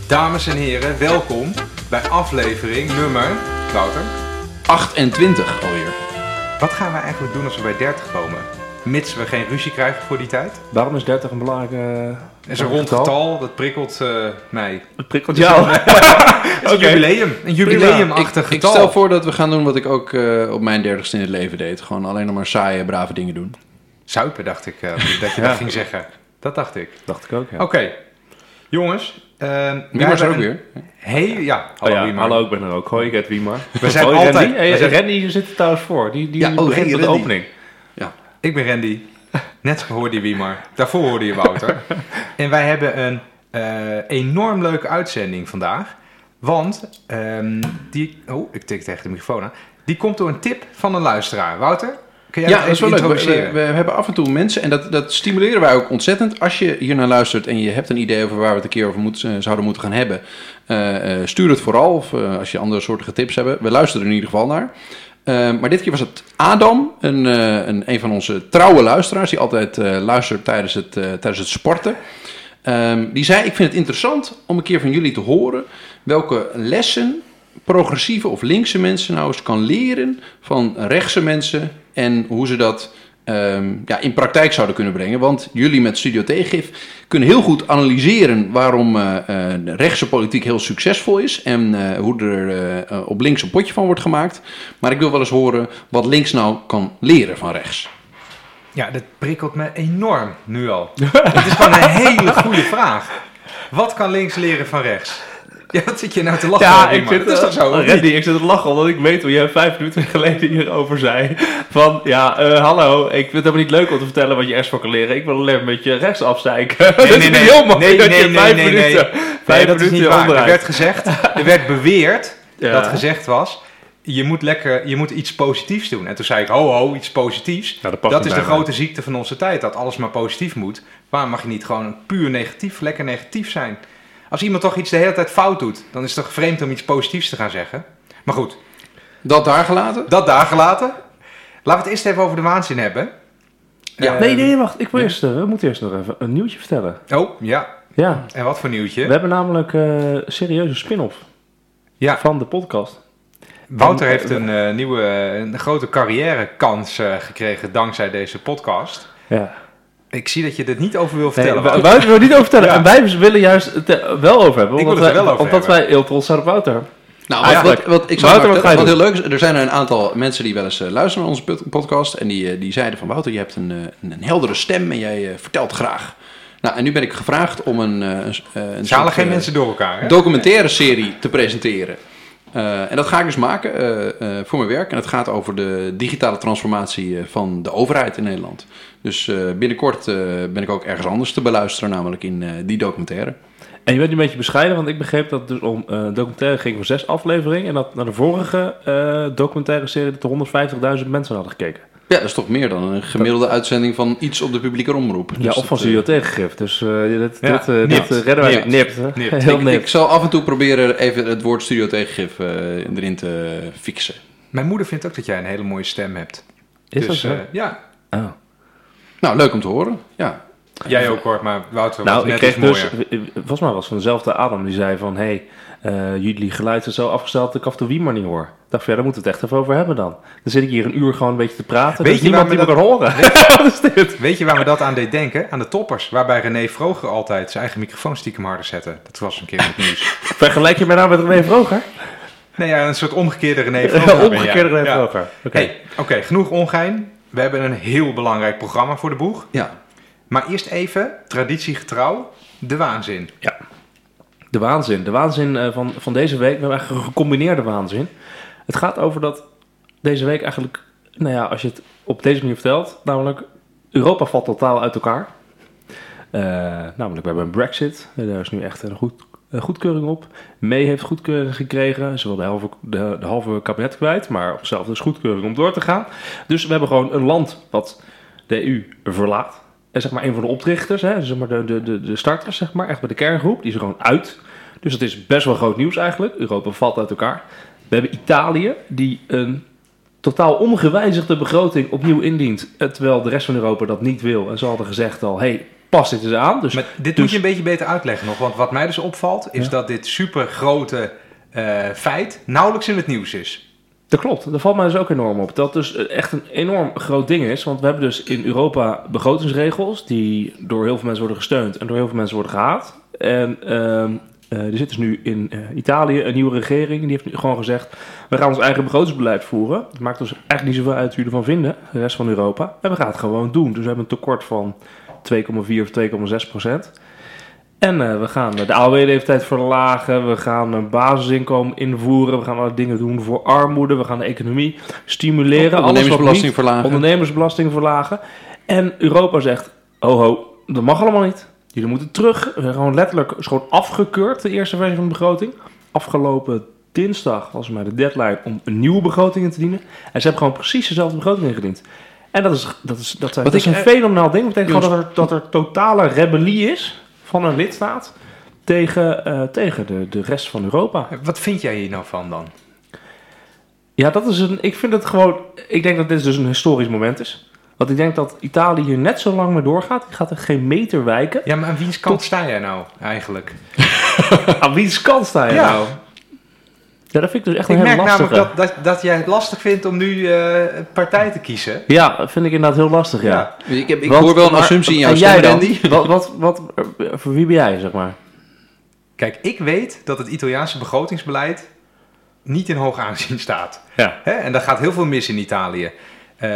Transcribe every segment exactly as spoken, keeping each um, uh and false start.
Dames en heren, welkom bij aflevering nummer, Wouter? achtentwintig alweer. Wat gaan we eigenlijk doen als we bij dertig komen? Mits we geen ruzie krijgen voor die tijd. Waarom is dertig een belangrijk uh, Het is een rond getal, dat prikkelt uh, mij. Het prikkelt jou. Het is een okay. jubileum, een jubileumachtig ik, getal. Ik stel voor dat we gaan doen wat ik ook uh, op mijn dertigste in het leven deed. Gewoon alleen nog maar saaie, brave dingen doen. Zuipen, dacht ik, uh, dat je ja. dat ging zeggen. Dat dacht ik. Dacht ik ook, ja. Oké, okay. Jongens. Uh, Wiemar is er ook weer. Heel, ja, hallo, oh ja, hallo, ik ben er ook. Hoi, ik heet Wiemar. We zijn Hoi, altijd... Randy, hey, zijn... Randy zit er trouwens voor. Die, die ja, oh, begint met de opening. Ja. Ik ben Randy. Net hoorde je Wiemar. Daarvoor hoorde je Wouter. En wij hebben een uh, enorm leuke uitzending vandaag. Want um, die... Oh, ik tik tegen de microfoon aan. Die komt door een tip van een luisteraar. Wouter? Kun jij ja, dat is wel leuk. We, we, we hebben af en toe mensen, en dat, dat stimuleren wij ook ontzettend. Als je hier naar luistert en je hebt een idee over waar we het een keer over moet, uh, zouden moeten gaan hebben, uh, uh, stuur het vooral. Of uh, als je andere soorten tips hebt. We luisteren er in ieder geval naar. Uh, maar dit keer was het Adam, een, uh, een, een van onze trouwe luisteraars, die altijd uh, luistert tijdens het, uh, tijdens het sporten. Um, die zei, ik vind het interessant om een keer van jullie te horen welke lessen progressieve of linkse mensen nou eens kan leren van rechtse mensen en hoe ze dat um, ja, in praktijk zouden kunnen brengen. Want jullie met Studio Tegengif kunnen heel goed analyseren waarom uh, uh, de rechtse politiek heel succesvol is en uh, hoe er uh, op links een potje van wordt gemaakt. Maar ik wil wel eens horen wat links nou kan leren van rechts. Ja, dat prikkelt me enorm nu al. Het is gewoon een hele goede vraag. Wat kan links leren van rechts? Ja, wat zit je nou te lachen? Ja, ik zit, dat is toch zo? Uh, Randy, ik zit te lachen omdat ik weet hoe jij vijf minuten geleden hierover zei. Van, ja, uh, hallo, ik vind het helemaal niet leuk om te vertellen wat je rechts voor kan leren. Ik wil alleen een beetje rechts afzeiken. Nee, dat nee, is nee, heel mooi nee, dat nee, je nee, vijf nee, minuten, nee, nee. vijf nee, dat is niet waar. Er werd gezegd, er werd beweerd ja. dat gezegd was, je moet lekker, je moet iets positiefs doen. En toen zei ik, ho ho, iets positiefs. Ja, dat dat is de mij. grote ziekte van onze tijd, dat alles maar positief moet. Waarom mag je niet gewoon puur negatief, lekker negatief zijn? Als iemand toch iets de hele tijd fout doet, dan is het toch vreemd om iets positiefs te gaan zeggen. Maar goed. Dat daar gelaten? Dat daar gelaten. Laten we het eerst even over de waanzin hebben. Ja. Uh, nee, nee, wacht. Ik wil ja. eerst, uh, we moeten eerst nog even een nieuwtje vertellen. Oh, ja. Ja. En wat voor nieuwtje? We hebben namelijk uh, een serieuze spin-off ja. van de podcast. Wouter heeft een uh, nieuwe, een grote carrièrekans uh, gekregen dankzij deze podcast. Ja. Ik zie dat je er niet over wil vertellen. Nee, Wouter wil niet over vertellen. Ja. En wij willen juist het er wel over hebben. Ik omdat wil het wij, er wel over omdat hebben. wij heel trots zijn op Wouter. Nou, wat, wat, wat, ik Wouter, wat, wat, wat heel leuk is, er zijn er een aantal mensen die wel eens uh, luisteren naar onze podcast. En die, uh, die zeiden van, Wouter, je hebt een, uh, een heldere stem en jij uh, vertelt graag. Nou, en nu ben ik gevraagd om een, uh, een, een soort, geen uh, mensen door elkaar, hè? documentaire serie te presenteren. Uh, en dat ga ik dus maken uh, uh, voor mijn werk. En het gaat over de digitale transformatie uh, van de overheid in Nederland. Dus uh, binnenkort uh, ben ik ook ergens anders te beluisteren, namelijk in uh, die documentaire. En je bent een beetje bescheiden, want ik begreep dat het dus om uh, documentaire ging voor zes afleveringen. En dat naar de vorige uh, documentaire serie dat er honderdvijftigduizend mensen hadden gekeken. Ja, dat is toch meer dan een gemiddelde dat... uitzending van iets op de publieke omroep. Ja, dus of van Studio Tegengif. Dus uh, dit, ja, dit, uh, dit uh, redden wij nipt. nipt, nipt. Heel ik, nipt. Ik zal af en toe proberen even het woord Studio Tegengif uh, erin te fixen. Mijn moeder vindt ook dat jij een hele mooie stem hebt. Is dus, dat zo? Uh, ja. Oh. Nou, leuk om te horen. Ja. Jij ook hoor, maar Wouter nou, was net ik kreeg iets dus, volgens mij was van dezelfde Adam, die zei van, hé, hey, uh, jullie geluid is zo afgesteld dat ik af en toe Wiemar niet hoor. Ik dacht, ja, daar moeten we het echt even over hebben dan. Dan zit ik hier een uur gewoon een beetje te praten, weet je niemand die me kan horen. Weet, Wat is dit? Weet je waar me dat aan deed denken? Aan de toppers, waarbij René Vroger altijd zijn eigen microfoon stiekem harder zette. Dat was een keer in het nieuws. Vergelijk je mij nou met René Vroger? Nee, ja, een soort omgekeerde René Vroger. Ja, omgekeerde René ja. Vroger. Oké, okay. hey, okay, genoeg ongein. We hebben een heel belangrijk programma voor de boeg. Ja. Maar eerst even, traditiegetrouw, de waanzin. Ja, de waanzin. De waanzin uh, van, van deze week, we hebben eigenlijk een gecombineerde waanzin. Het gaat over dat deze week eigenlijk, nou ja, als je het op deze manier vertelt, namelijk Europa valt totaal uit elkaar. Uh, namelijk, we hebben een Brexit, daar is nu echt een goed, uh, goedkeuring op. May heeft goedkeuring gekregen, ze wil de halve, de, de halve kabinet kwijt, maar zelf dus goedkeuring om door te gaan. Dus we hebben gewoon een land wat de E U verlaat. En zeg maar een van de oprichters, hè, zeg maar de, de, de starters, zeg maar, echt bij de kerngroep, die is er gewoon uit. Dus dat is best wel groot nieuws eigenlijk. Europa valt uit elkaar. We hebben Italië, die een totaal ongewijzigde begroting opnieuw indient, terwijl de rest van Europa dat niet wil. En ze hadden gezegd al, hey, pas dit eens aan. Dus, maar dit dus, moet je een beetje beter uitleggen nog. Want wat mij dus opvalt, is ja. dat dit super grote uh, feit nauwelijks in het nieuws is. Dat klopt, dat valt mij dus ook enorm op. Dat dus echt een enorm groot ding is. Want we hebben dus in Europa begrotingsregels die door heel veel mensen worden gesteund en door heel veel mensen worden gehaat. En uh, uh, er zit dus nu in uh, Italië een nieuwe regering. Die heeft nu gewoon gezegd, we gaan ons eigen begrotingsbeleid voeren. Het maakt ons eigenlijk niet zoveel uit wie we ervan vinden, de rest van Europa. En we gaan het gewoon doen. Dus we hebben een tekort van twee komma vier of twee komma zes procent. En uh, we gaan de A O W-leeftijd verlagen, we gaan een basisinkomen invoeren, we gaan allerlei dingen doen voor armoede, we gaan de economie stimuleren. Ondernemersbelasting niet, verlagen. Ondernemersbelasting verlagen. En Europa zegt, ho ho, dat mag allemaal niet. Jullie moeten terug. We zijn gewoon letterlijk gewoon afgekeurd, de eerste versie van de begroting. Afgelopen dinsdag was maar de deadline om een nieuwe begroting in te dienen. En ze hebben gewoon precies dezelfde begroting ingediend. En dat is, dat is, dat zijn, dat is een fenomenaal ding. Dat betekent gewoon dat er, dat er totale rebellie is van een lidstaat tegen, uh, tegen de, de rest van Europa. Wat vind jij hier nou van dan? Ja, dat is een. Ik vind het gewoon. Ik denk dat dit dus een historisch moment is. Want ik denk dat Italië hier net zo lang mee doorgaat. Die gaat er geen meter wijken. Ja, maar aan wiens kant tot... sta jij nou eigenlijk? Aan wiens kant sta je ja. nou? Ja, dat vind ik dus echt ik een heel lastige. Ik merk namelijk dat, dat, dat jij het lastig vindt om nu uh, partij te kiezen. Ja, dat vind ik inderdaad heel lastig, ja. ja. Ik, heb, ik Want, hoor wel een assumptie in jouw stem, Randy. Wat, wat, wat, voor wie ben jij, zeg maar? Kijk, ik weet dat het Italiaanse begrotingsbeleid niet in hoog aanzien staat. Ja. Hè? En daar gaat heel veel mis in Italië. Uh,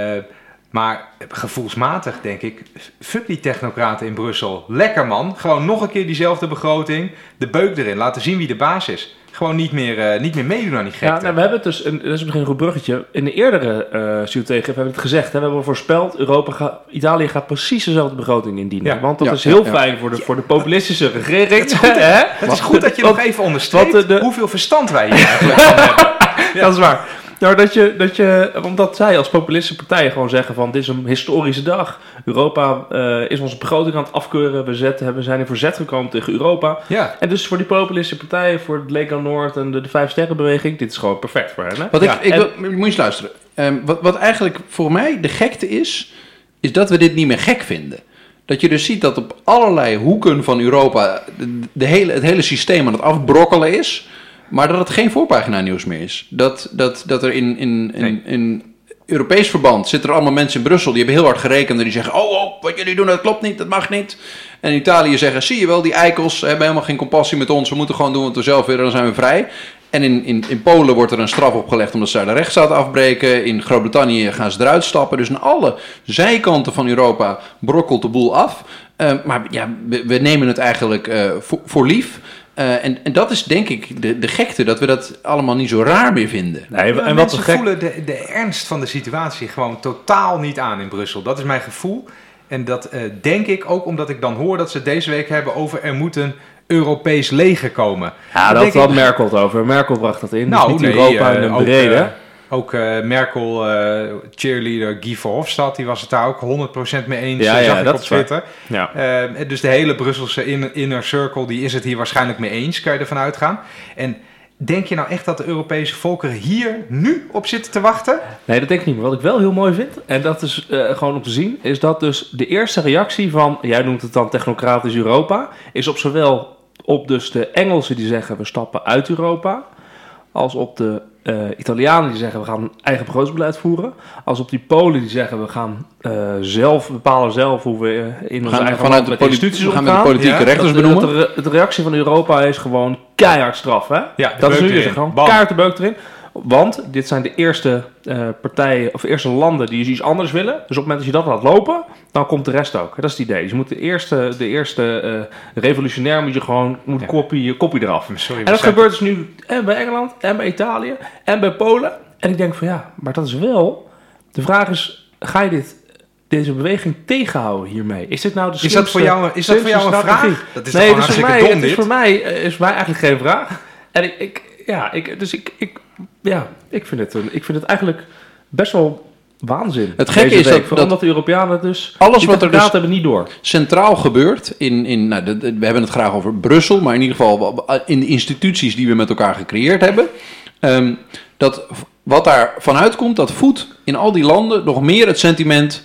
maar gevoelsmatig denk ik, fuck die technocraten in Brussel. Lekker man, gewoon nog een keer diezelfde begroting, de beuk erin, laten zien wie de baas is. Gewoon niet meer, uh, niet meer meedoen aan die gekte. Ja, nou, we hebben het dus, dat is misschien een goed bruggetje, in de eerdere uh, C U T G hebben we het gezegd. Hè? We hebben voorspeld, Europa ga, Italië gaat precies dezelfde begroting indienen. Ja, want dat ja, is heel ja, fijn ja. voor, de, voor de populistische regering. Het is goed, hè? Het is goed dat je wat, nog even onderstreept de, hoeveel verstand wij hier eigenlijk van hebben. Ja. Dat is waar. Nou, dat je, dat je, omdat zij als populistische partijen gewoon zeggen van dit is een historische dag. Europa uh, is onze begroting aan het afkeuren. We, zetten, we zijn in verzet gekomen tegen Europa. Ja. En dus voor die populistische partijen, voor het Lega Noord en de, de Vijf Sterrenbeweging, dit is gewoon perfect voor hen. Hè? Wat ik, ja. ik en, wil, moet je eens luisteren. Um, wat, wat eigenlijk voor mij de gekte is, is dat we dit niet meer gek vinden. Dat je dus ziet dat op allerlei hoeken van Europa de, de hele, het hele systeem aan het afbrokkelen is. Maar dat het geen voorpagina nieuws meer is. Dat, dat, dat er in, in, in, nee. in Europees verband zitten er allemaal mensen in Brussel die hebben heel hard gerekend en die zeggen, oh, oh, wat jullie doen, dat klopt niet, dat mag niet. En in Italië zeggen, zie je wel, die eikels hebben helemaal geen compassie met ons, we moeten gewoon doen wat we zelf willen, dan zijn we vrij. En in, in, in Polen wordt er een straf opgelegd omdat ze de rechtsstaat afbreken. In Groot-Brittannië gaan ze eruit stappen. Dus aan alle zijkanten van Europa brokkelt de boel af. Uh, maar ja, we, we nemen het eigenlijk uh, voor, voor lief. Uh, en, en dat is denk ik de, de gekte, dat we dat allemaal niet zo raar meer vinden. Nee, en wat ze gek... voelen de, de ernst van de situatie gewoon totaal niet aan in Brussel. Dat is mijn gevoel. En dat uh, denk ik ook omdat ik dan hoor dat ze deze week hebben over er moet een Europees leger komen. Ja, dat had ik... Merkel het over. Merkel bracht dat in. Nou, dus niet nee, Europa in een ook, brede. Uh, ook uh, Merkel, uh, cheerleader Guy Verhofstadt, die was het daar ook honderd procent mee eens. Ja, zag ja, ik dat op Twitter. Ja. Uh, dus de hele Brusselse inner, inner circle, die is het hier waarschijnlijk mee eens, kan je ervan uitgaan. En denk je nou echt dat de Europese volkeren hier nu op zitten te wachten? Nee, dat denk ik niet. Maar wat ik wel heel mooi vind, en dat is uh, gewoon om te zien, is dat dus de eerste reactie van, jij noemt het dan technocratisch Europa, is op zowel op dus de Engelsen die zeggen we stappen uit Europa, als op de uh, Italianen die zeggen we gaan een eigen begrotingsbeleid voeren, als op die Polen die zeggen we gaan uh, zelf bepalen zelf hoe we uh, in onze eigen vanuit de instituties omgaan. We gaan met de politieke ja, rechters benoemen. De, de, de, de reactie van Europa is gewoon keihard straf, hè? Ja, dat is nu dus gewoon keihard de beuk erin. Want dit zijn de eerste uh, partijen of eerste landen die iets anders willen. Dus op het moment dat je dat laat lopen, dan komt de rest ook. Dat is het idee. Dus je moet de eerste, de eerste uh, revolutionair moet je gewoon moet ja. kopie, je kopie eraf. Sorry, en dat gebeurt dus nu en bij Engeland en bij Italië en bij Polen. En ik denk van ja, maar dat is wel. De vraag is, ga je dit, deze beweging tegenhouden hiermee? Is dit nou de is dat voor jou, is dat voor jou een strategie? vraag? Dat is nee, toch dus voor mij, dom, het is dit? voor mij is voor mij eigenlijk geen vraag. En ik, ik ja, ik, dus ik, ik Ja, ik vind, het, ik vind het eigenlijk best wel waanzin. Het gekke is week, dat, omdat de Europeanen dus alles wat er dus hebben niet door. Centraal gebeurt in, in nou, de, de, we hebben het graag over Brussel, maar in ieder geval in de instituties die we met elkaar gecreëerd hebben. Um, dat wat daar vanuit komt, dat voedt in al die landen nog meer het sentiment.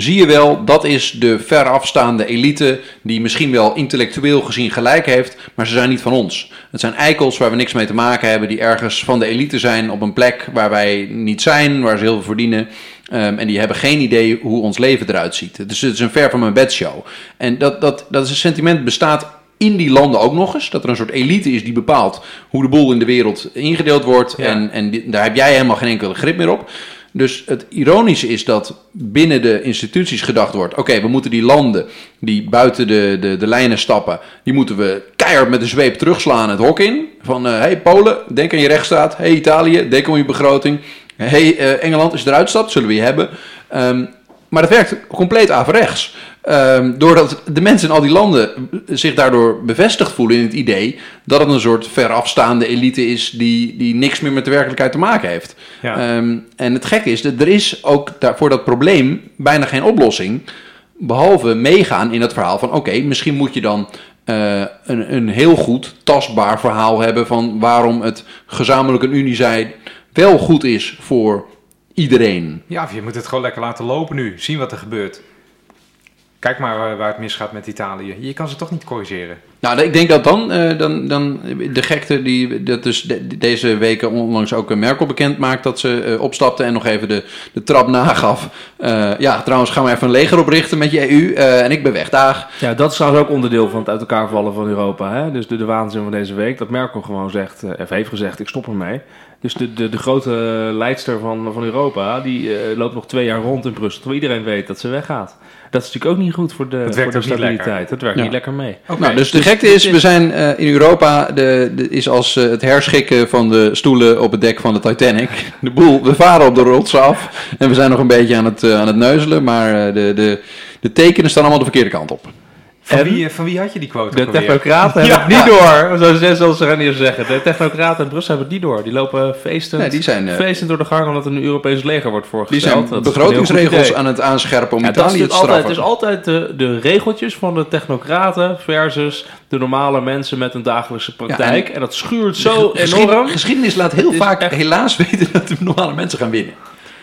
zie je wel, dat is de verafstaande elite die misschien wel intellectueel gezien gelijk heeft, maar ze zijn niet van ons. Het zijn eikels waar we niks mee te maken hebben, die ergens van de elite zijn op een plek waar wij niet zijn, waar ze heel veel verdienen. Um, en die hebben geen idee hoe ons leven eruit ziet. Dus het is een ver van mijn bedshow. En dat, dat, dat is een sentiment bestaat in die landen ook nog eens. Dat er een soort elite is die bepaalt hoe de boel in de wereld ingedeeld wordt. Ja. En, en die, daar heb jij helemaal geen enkele grip meer op. Dus het ironische is dat binnen de instituties gedacht wordt, oké, okay, we moeten die landen die buiten de, de, de lijnen stappen, die moeten we keihard met de zweep terugslaan het hok in. Van, hé uh, hey, Polen, denk aan je rechtsstaat. Hé hey, Italië, denk aan je begroting. Hé hey, uh, Engeland, als je eruit stapt, zullen we je hebben. Um, maar dat werkt compleet averechts. Um, doordat de mensen in al die landen zich daardoor bevestigd voelen in het idee dat het een soort verafstaande elite is die, die niks meer met de werkelijkheid te maken heeft. Ja. Um, en het gekke is, dat er is ook daar, voor dat probleem bijna geen oplossing, behalve meegaan in het verhaal van oké, okay, misschien moet je dan uh, een, een heel goed tastbaar verhaal hebben van waarom het gezamenlijk een Unie zij wel goed is voor iedereen. Ja, of je moet het gewoon lekker laten lopen nu, zien wat er gebeurt. Kijk maar waar, waar het misgaat met Italië. Je kan ze toch niet corrigeren. Nou, ik denk dat dan, uh, dan, dan de gekte die dat dus de, deze weken onlangs ook Merkel bekend maakt dat ze uh, opstapte en nog even de, de trap nagaf. Uh, ja, trouwens gaan we even een leger oprichten met je E U uh, en ik ben weg, dag. Ja, dat is trouwens ook onderdeel van het uit elkaar vallen van Europa. Hè? Dus de, de waanzin van deze week, dat Merkel gewoon zegt, uh, of heeft gezegd, ik stop ermee. Dus de, de, de grote leidster van, van Europa, die uh, loopt nog twee jaar rond in Brussel, terwijl iedereen weet dat ze weggaat. Dat is natuurlijk ook niet goed voor de, voor de stabiliteit. Dat werkt ja. niet lekker mee. Okay. Nou, dus de gekte is, we zijn uh, in Europa, de, de, is als uh, het herschikken van de stoelen op het dek van de Titanic. De boel, we varen op de rotsen af en we zijn nog een beetje aan het, uh, aan het neuzelen, maar uh, de, de, de tekenen staan allemaal de verkeerde kant op. Van wie, van wie had je die quote? De technocraten ja. hebben het niet door. Zoals ze gaan hier zeggen. De technocraten in Brussel hebben het niet door. Die lopen feestend, nee, die zijn, uh, feestend door de gang omdat er een Europees leger wordt voorgesteld. Die zijn begrotingsregels aan het aanscherpen om ja, Italië te straffen. Altijd, het is altijd de, de regeltjes van de technocraten versus de normale mensen met een dagelijkse praktijk. Ja, en, en dat schuurt zo de, enorm. Geschiedenis laat heel vaak echt helaas weten dat de normale mensen gaan winnen.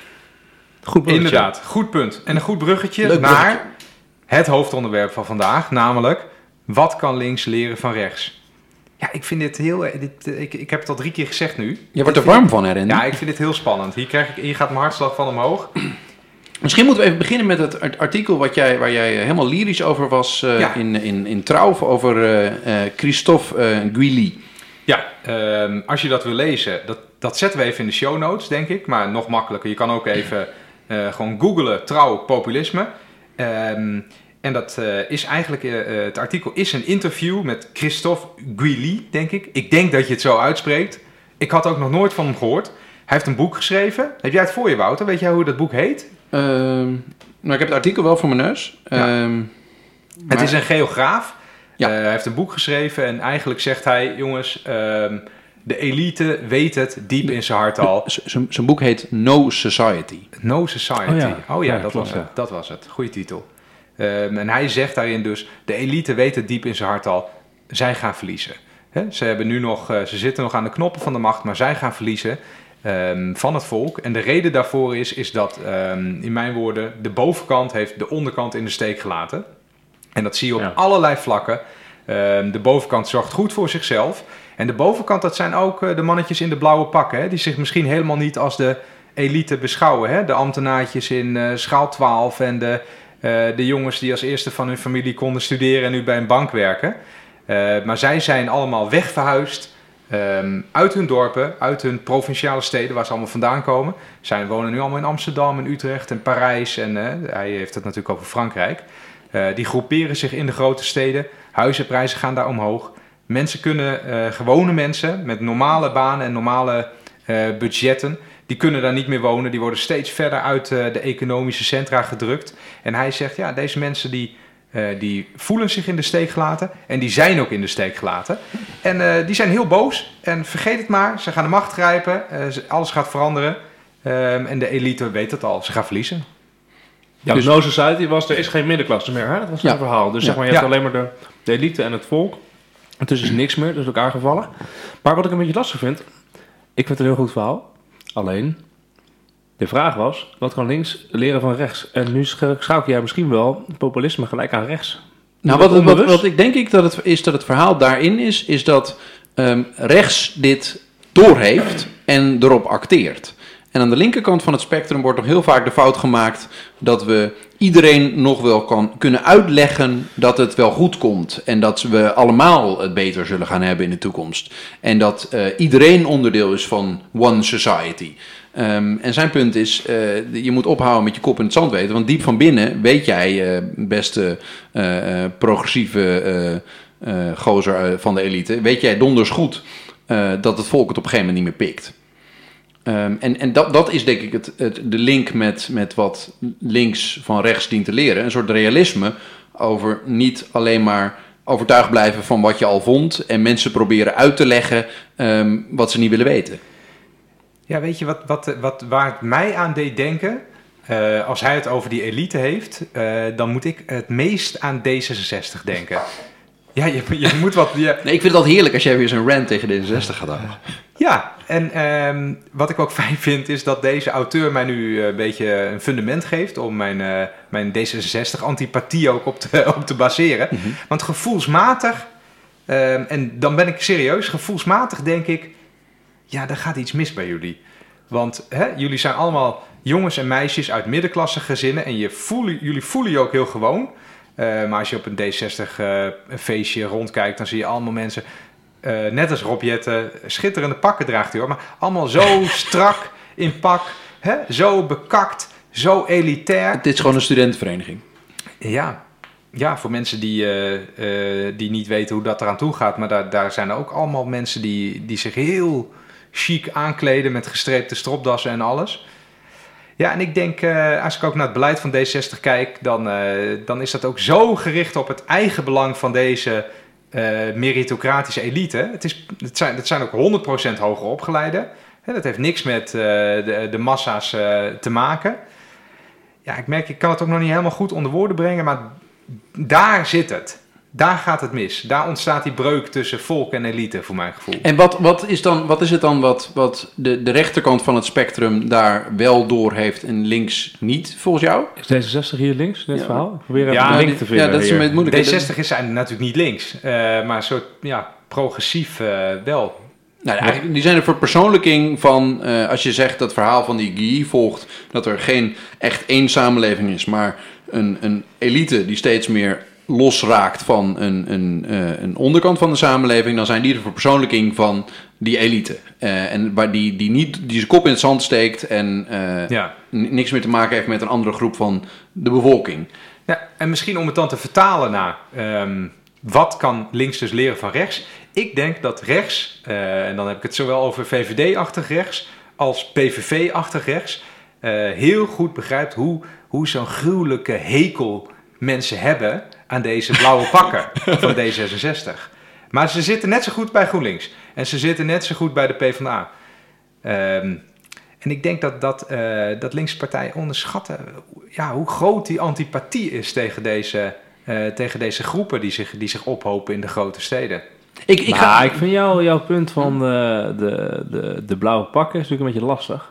Goed bruggetje. Inderdaad, goed punt. En een goed bruggetje Leuk naar... Bruggetje. Het hoofdonderwerp van vandaag, namelijk, wat kan links leren van rechts? Ja, ik vind dit heel... Dit, ik, ik heb het al drie keer gezegd nu. Je wordt er warm ik, van, hè, Randy? Ja, ik vind dit heel spannend. Hier, krijg ik, hier gaat mijn hartslag van omhoog. Misschien moeten we even beginnen met het artikel wat jij, waar jij helemaal lyrisch over was uh, ja. in, in, in Trouw, over uh, uh, Christophe uh, Guilly. Ja, um, als je dat wil lezen, dat, dat zetten we even in de show notes, denk ik. Maar nog makkelijker, je kan ook even uh, gewoon googlen Trouw populisme. Um, en dat uh, is eigenlijk, uh, het artikel is een interview met Christophe Guilly, denk ik. Ik denk dat je het zo uitspreekt. Ik had ook nog nooit van hem gehoord. Hij heeft een boek geschreven. Heb jij het voor je, Wouter? Weet jij hoe dat boek heet? Uh, nou, ik heb het artikel wel voor mijn neus. Ja. Uh, het is een geograaf. Ja. Uh, hij heeft een boek geschreven en eigenlijk zegt hij, jongens... Uh, de elite weet het diep in zijn hart al. Zijn boek heet No Society. No Society. Oh ja, oh ja, ja dat, was het. dat was het. Goeie titel. Um, en hij zegt daarin dus... de elite weet het diep in zijn hart al. Zij gaan verliezen. He? Ze, hebben nu nog, uh, ze zitten nog aan de knoppen van de macht... maar zij gaan verliezen um, van het volk. En de reden daarvoor is, is dat... Um, in mijn woorden... de bovenkant heeft de onderkant in de steek gelaten. En dat zie je op ja. allerlei vlakken. Um, de bovenkant zorgt goed voor zichzelf... En de bovenkant, dat zijn ook uh, de mannetjes in de blauwe pakken... Hè, die zich misschien helemaal niet als de elite beschouwen. Hè? De ambtenaartjes in uh, schaal twaalf en de, uh, de jongens die als eerste van hun familie konden studeren... en nu bij een bank werken. Uh, maar zij zijn allemaal wegverhuisd um, uit hun dorpen, uit hun provinciale steden... waar ze allemaal vandaan komen. Zij wonen nu allemaal in Amsterdam en Utrecht en Parijs... en uh, hij heeft het natuurlijk over Frankrijk. Uh, die groeperen zich in de grote steden. Huizenprijzen gaan daar omhoog... Mensen kunnen, uh, gewone mensen met normale banen en normale uh, budgetten, die kunnen daar niet meer wonen. Die worden steeds verder uit uh, de economische centra gedrukt. En hij zegt, ja, deze mensen die, uh, die voelen zich in de steek gelaten en die zijn ook in de steek gelaten. En uh, die zijn heel boos en vergeet het maar, ze gaan de macht grijpen, uh, alles gaat veranderen. Um, en de elite weet het al, ze gaan verliezen. Ja, dus No Society was, er is geen middenklasse meer, hè? Dat was ja. een verhaal. Dus ja. zeg maar, je hebt ja. alleen maar de, de elite en het volk. Het is dus niks meer, dus elkaar gevallen. Maar wat ik een beetje lastig vind... Ik vind het een heel goed verhaal. Alleen... De vraag was, wat kan links leren van rechts? En nu schakel jij misschien wel populisme gelijk aan rechts. Nou, wat, wat, wat ik denk ik dat het is dat het verhaal daarin is, is dat um, rechts dit doorheeft en erop acteert. En aan de linkerkant van het spectrum wordt nog heel vaak de fout gemaakt dat we iedereen nog wel kan, kunnen uitleggen dat het wel goed komt. En dat we allemaal het beter zullen gaan hebben in de toekomst. En dat uh, iedereen onderdeel is van one society. Um, en zijn punt is, uh, je moet ophouden met je kop in het zand weten. Want diep van binnen weet jij, uh, beste uh, uh, progressieve uh, uh, gozer uh, van de elite, weet jij donders goed uh, dat het volk het op een gegeven moment niet meer pikt. Um, en en dat, dat is denk ik het, het, de link met, met wat links van rechts dient te leren. Een soort realisme over niet alleen maar overtuigd blijven van wat je al vond en mensen proberen uit te leggen um, wat ze niet willen weten. Ja, weet je wat, wat, wat, waar het mij aan deed denken? Uh, als hij het over die elite heeft, uh, dan moet ik het meest aan D zesenzestig denken. Ja, je, je moet wat... Je... Nee, ik vind het altijd heerlijk als jij weer zo'n rant tegen D zesenzestig gaat houden. Ja, en um, wat ik ook fijn vind is dat deze auteur mij nu een beetje een fundament geeft om mijn, uh, mijn D zesenzestig-antipathie ook op te, op te baseren. Mm-hmm. Want gevoelsmatig, um, en dan ben ik serieus, gevoelsmatig denk ik, ja, daar gaat iets mis bij jullie. Want hè, jullie zijn allemaal jongens en meisjes uit middenklasse gezinnen en je voelen, jullie voelen je ook heel gewoon. Uh, maar als je op een D zestig uh, een feestje rondkijkt, dan zie je allemaal mensen, uh, net als Rob Jetten, schitterende pakken draagt hij hoor, maar allemaal zo strak in pak, hè? Zo bekakt, zo elitair. Het is gewoon een studentenvereniging. Ja, ja voor mensen die, uh, uh, die niet weten hoe dat eraan toe gaat, maar daar, daar zijn er ook allemaal mensen die, die zich heel chic aankleden met gestreepte stropdassen en alles. Ja, en ik denk, uh, als ik ook naar het beleid van D zesenzestig kijk, dan, uh, dan is dat ook zo gericht op het eigen belang van deze uh, meritocratische elite. Het, is, het, zijn, het zijn ook honderd procent hoger opgeleiden. Hè, dat heeft niks met uh, de, de massa's uh, te maken. Ja, ik merk, ik kan het ook nog niet helemaal goed onder woorden brengen, maar daar zit het. Daar gaat het mis. Daar ontstaat die breuk tussen volk en elite, voor mijn gevoel. En wat, wat, is, dan, wat is het dan wat, wat de, de rechterkant van het spectrum daar wel door heeft en links niet, volgens jou? Is D zesenzestig hier links, in het ja. verhaal? Ik probeer even ja, een link te vinden. Ja, dat is een moeilijk. D zesenzestig is zijn natuurlijk niet links, uh, maar een soort ja, progressief uh, wel. Nou, ja, die zijn een verpersoonlijking van, uh, als je zegt dat verhaal van die Guy volgt, dat er geen echt één samenleving is, maar een, een elite die steeds meer losraakt van een, een, uh, een onderkant van de samenleving, dan zijn die de verpersoonlijking van die elite. Uh, en waar die, die, niet, die zijn kop in het zand steekt en uh, ja. n- niks meer te maken heeft met een andere groep van de bevolking. Ja, en misschien om het dan te vertalen naar um, wat kan links dus leren van rechts? Ik denk dat rechts, uh, en dan heb ik het zowel over V V D-achtig rechts als P V V-achtig rechts, uh, heel goed begrijpt hoe, hoe zo'n gruwelijke hekel mensen hebben aan deze blauwe pakken van D zesenzestig. Maar ze zitten net zo goed bij GroenLinks. En ze zitten net zo goed bij de PvdA. Um, en ik denk dat, dat, uh, dat linkse partijen onderschatten ja, hoe groot die antipathie is tegen deze, uh, tegen deze groepen die zich, die zich ophopen in de grote steden. Ik, ik, ga... ik vind jou, jouw punt van de, de, de, de blauwe pakken is natuurlijk een beetje lastig.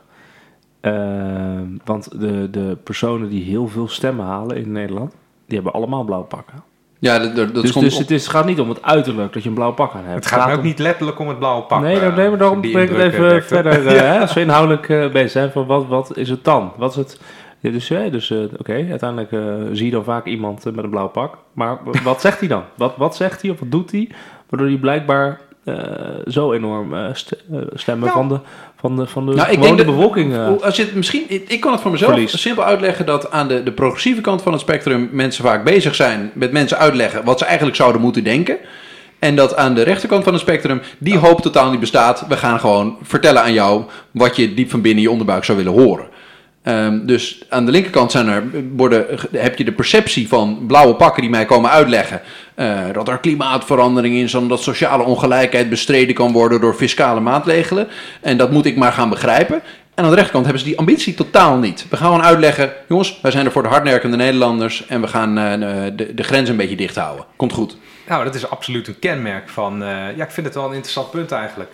Uh, want de, de personen die heel veel stemmen halen in Nederland, die hebben allemaal blauwe pakken. Ja, dat, dat dus komt dus op... het, is, het gaat niet om het uiterlijk dat je een blauw pak aan hebt. Het gaat, het gaat ook om... niet letterlijk om het blauwe pak. Nee, dan nemen we daarom even uh, verder uh, ja. hè, als we inhoudelijk uh, bezig zijn van wat, wat is het dan? Wat is het? Ja, dus ja, dus uh, oké, okay, uiteindelijk uh, zie je dan vaak iemand uh, met een blauw pak. Maar wat zegt hij dan? Wat, wat zegt hij of wat doet hij? Waardoor hij blijkbaar uh, zo enorm uh, st- uh, stemmen nou. van de van de, van de nou, gewone ik denk bevolking. Uh, als je het misschien, ik, ik kan het voor mezelf verlies. simpel uitleggen dat aan de, de progressieve kant van het spectrum mensen vaak bezig zijn met mensen uitleggen wat ze eigenlijk zouden moeten denken. En dat aan de rechterkant van het spectrum die ja. hoop totaal niet bestaat. We gaan gewoon vertellen aan jou wat je diep van binnen in je onderbuik zou willen horen. Um, dus aan de linkerkant zijn er, worden, heb je de perceptie van blauwe pakken die mij komen uitleggen. Uh, dat er klimaatverandering is en dat sociale ongelijkheid bestreden kan worden door fiscale maatregelen. En dat moet ik maar gaan begrijpen. En aan de rechterkant hebben ze die ambitie totaal niet. We gaan gewoon uitleggen, jongens, wij zijn er voor de hardwerkende Nederlanders en we gaan uh, de, de grens een beetje dicht houden. Komt goed. Nou, dat is absoluut een kenmerk van, uh, ja, ik vind het wel een interessant punt eigenlijk.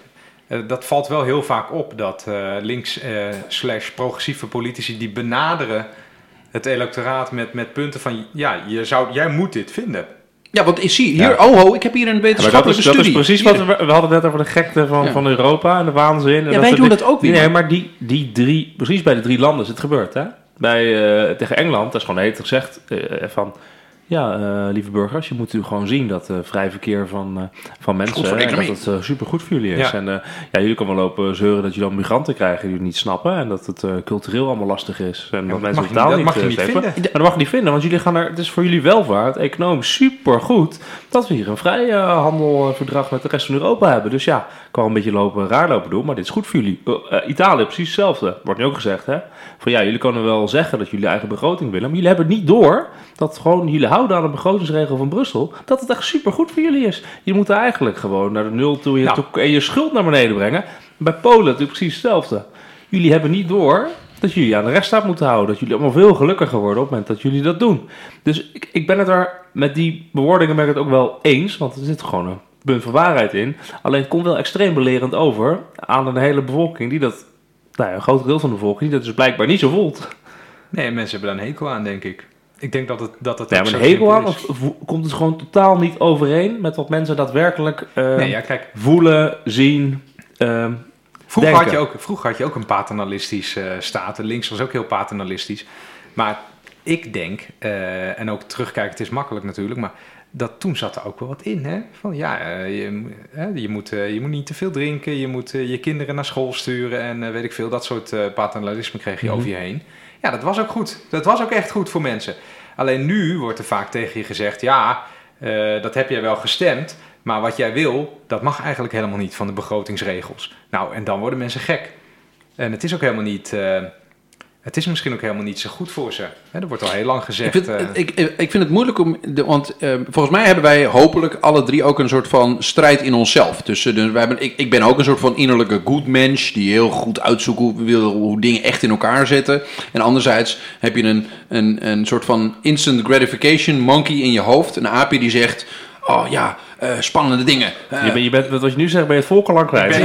uh, dat valt wel heel vaak op, dat uh, links uh, slash progressieve politici die benaderen het electoraat met, met punten van, ja, je zou, jij moet dit vinden. Ja, want ik zie hier, ja. oh ho, ik heb hier een wetenschappelijke ja, dat is, studie. Dat is precies hier. wat we, we hadden net over de gekte van, ja. van Europa en de waanzin. En ja, dat wij doen die, dat ook weer. Nee, maar die, die drie, precies bij de drie landen is het gebeurd, hè? Bij, uh, tegen Engeland, dat is gewoon heet gezegd uh, van... Ja, uh, lieve burgers, je moet u gewoon zien dat uh, vrij verkeer van, uh, van mensen, uh, dat het uh, supergoed voor jullie is. Ja. En uh, ja, jullie kunnen wel lopen zeuren dat je dan migranten krijgt die het niet snappen en dat het uh, cultureel allemaal lastig is. En ja, dat mensen het taal niet, mag je uh, niet vinden. Maar dat mag je niet vinden, want jullie gaan er, het is voor jullie welvaart, economisch supergoed, dat we hier een vrij uh, handelverdrag met de rest van Europa hebben. Dus ja, ik kan een beetje lopen, raar lopen doen, maar dit is goed voor jullie. Uh, uh, Italië, precies hetzelfde. Wordt nu ook gezegd, hè. Van ja, jullie kunnen wel zeggen dat jullie eigen begroting willen, maar jullie hebben niet door dat gewoon jullie houden aan de begrotingsregel van Brussel, dat het echt supergoed voor jullie is. Je moet eigenlijk gewoon naar de nul toe, je nou. toe en je schuld naar beneden brengen. Bij Polen natuurlijk precies hetzelfde. Jullie hebben niet door dat jullie aan de rechtsstaat moeten houden, dat jullie allemaal veel gelukkiger worden op het moment dat jullie dat doen. Dus ik, ik ben het er met die bewoordingen ben ik het ook wel eens, want er zit gewoon een punt van waarheid in. Alleen het komt wel extreem belerend over aan een hele bevolking die dat, nou ja, een groot deel van de bevolking die dat dus blijkbaar niet zo voelt. Nee, mensen hebben daar een hekel aan, denk ik. Ik denk dat het dat het. Ja, maar een hekel aan, of komt het gewoon totaal niet overeen met wat mensen daadwerkelijk uh, nee, ja, kijk, voelen, zien, uh, vroeger had, je ook, vroeger had je ook een paternalistisch uh, staat. Links was ook heel paternalistisch. Maar ik denk, uh, en ook terugkijken, het is makkelijk natuurlijk, maar dat toen zat er ook wel wat in, hè? Van ja, uh, je, uh, je, moet, uh, je moet niet te veel drinken, je moet uh, je kinderen naar school sturen en uh, weet ik veel, dat soort uh, paternalisme kreeg je mm-hmm. over je heen. Ja, dat was ook goed. Dat was ook echt goed voor mensen. Alleen nu wordt er vaak tegen je gezegd, ja, uh, dat heb jij wel gestemd, maar wat jij wil, dat mag eigenlijk helemaal niet van de begrotingsregels. Nou, en dan worden mensen gek. En het is ook helemaal niet, uh, het is misschien ook helemaal niet zo goed voor ze. Hè, er wordt al heel lang gezegd. Ik vind, uh, ik, ik vind het moeilijk om, de, want uh, volgens mij hebben wij hopelijk alle drie ook een soort van strijd in onszelf. Dus, uh, dus wij hebben, ik, ik ben ook een soort van innerlijke good mensch die heel goed uitzoekt hoe, wil, hoe dingen echt in elkaar zitten. En anderzijds heb je een, een, een soort van instant gratification monkey in je hoofd. Een aapje die zegt, oh ja, uh, spannende dingen. Uh, je bent, je bent, wat je nu zegt, ben je het volk al lang kwijt.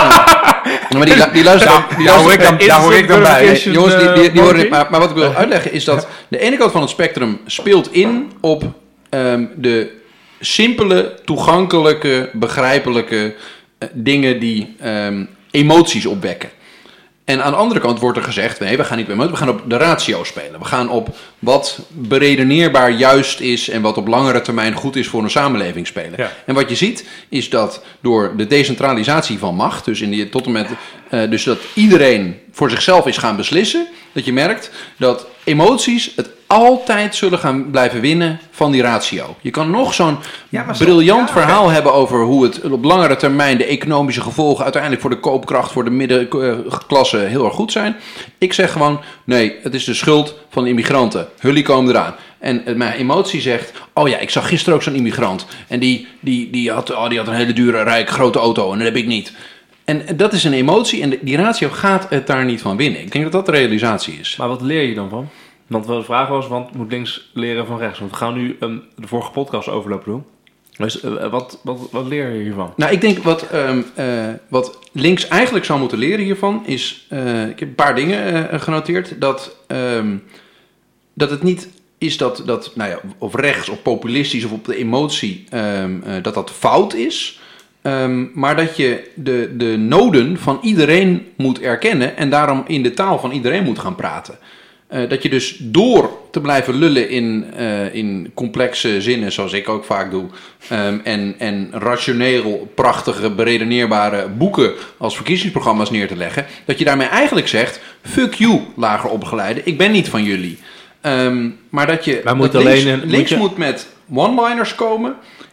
Maar die, die luisteren... Daar hoor ik dan, daar hoor ik dan bij. Nee, jongens, die, die, die horen, maar, maar wat ik wil uitleggen is dat de ene kant van het spectrum speelt in op um, de simpele, toegankelijke, begrijpelijke uh, dingen die um, emoties opwekken. En aan de andere kant wordt er gezegd, nee, we gaan niet bij emoties, we gaan op de ratio spelen. We gaan op wat beredeneerbaar juist is en wat op langere termijn goed is voor een samenleving spelen. Ja. En wat je ziet is dat door de decentralisatie van macht, dus, in die, tot en met, uh, dus dat iedereen voor zichzelf is gaan beslissen, dat je merkt dat emoties het altijd zullen gaan blijven winnen van die ratio. Je kan nog zo'n ja, briljant zo, ja, verhaal okay. hebben over hoe het op langere termijn de economische gevolgen uiteindelijk voor de koopkracht, voor de middenklasse heel erg goed zijn. Ik zeg gewoon, nee, het is de schuld van de immigranten. Hullie komen eraan. En mijn emotie zegt, oh ja, ik zag gisteren ook zo'n immigrant. En die, die, die, had, oh, die had een hele dure, rijk, grote auto en dat heb ik niet. En dat is een emotie en die ratio gaat het daar niet van winnen. Ik denk dat dat de realisatie is. Maar wat leer je dan van? Want de vraag was, want moet links leren van rechts? Want we gaan nu um, de vorige podcast overlopen doen. Dus uh, wat, wat, wat leer je hiervan? Nou, ik denk wat, um, uh, wat links eigenlijk zou moeten leren hiervan is... Uh, ik heb een paar dingen uh, genoteerd. Dat, um, dat het niet is dat, dat nou ja, of rechts of populistisch of op de emotie... Um, uh, dat dat fout is... Um, maar dat je de, de noden van iedereen moet erkennen... en daarom in de taal van iedereen moet gaan praten... Uh, dat je dus door te blijven lullen in, uh, in complexe zinnen, zoals ik ook vaak doe, um, en, en rationeel, prachtige, beredeneerbare boeken als verkiezingsprogramma's neer te leggen, dat je daarmee eigenlijk zegt, fuck you, lager opgeleide, ik ben niet van jullie. Um, maar dat je maar moet dat alleen links, een, links moet, je... moet met one-liners komen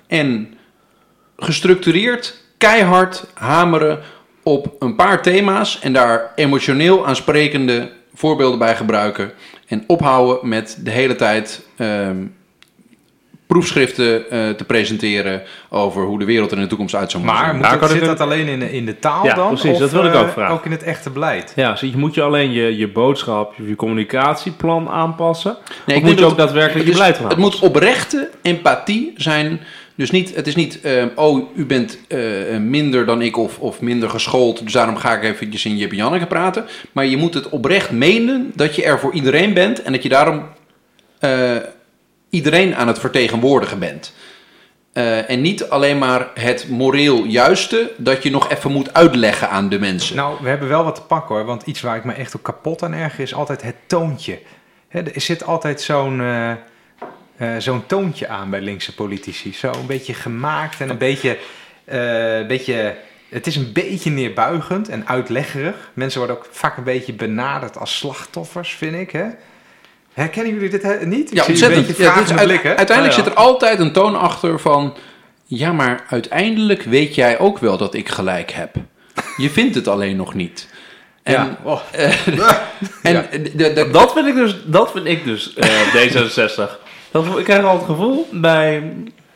en gestructureerd, keihard hameren op een paar thema's en daar emotioneel aansprekende voorbeelden bij gebruiken en ophouden met de hele tijd um, proefschriften uh, te presenteren over hoe de wereld er in de toekomst uit zou moeten maar, zien. Maar het, zit een... dat alleen in de, in de taal ja, dan? Precies, of dat wil ik ook vragen. Uh, ook in het echte beleid? Ja, dus je moet je alleen je, je boodschap, je communicatieplan aanpassen. Nee, of moet je ook daadwerkelijk je beleid gaan aanpassen? Het moet oprechte empathie zijn. Dus niet, het is niet, uh, oh, u bent uh, minder dan ik of, of minder geschoold, dus daarom ga ik eventjes in Jip en Janneke praten. Maar je moet het oprecht menen dat je er voor iedereen bent en dat je daarom uh, iedereen aan het vertegenwoordigen bent. Uh, en niet alleen maar het moreel juiste dat je nog even moet uitleggen aan de mensen. Nou, we hebben wel wat te pakken hoor, want iets waar ik me echt ook kapot aan erger is altijd het toontje. He, er zit altijd zo'n... Uh... Uh, zo'n toontje aan bij linkse politici. Zo een beetje gemaakt en een beetje, uh, een beetje... Het is een beetje neerbuigend en uitleggerig. Mensen worden ook vaak een beetje benaderd als slachtoffers, vind ik. Hè? Herkennen jullie dit he- niet? Ik ja, ontzettend. Ja, dit is uit, blik, uiteindelijk oh, ja. zit er altijd een toon achter van... Ja, maar uiteindelijk weet jij ook wel dat ik gelijk heb. Je vindt het alleen nog niet. En, ja. Oh. Uh, en ja. de, de, de, dat vind ik dus, dat vind ik dus uh, D zesenzestig. Dat, ik krijg al het gevoel bij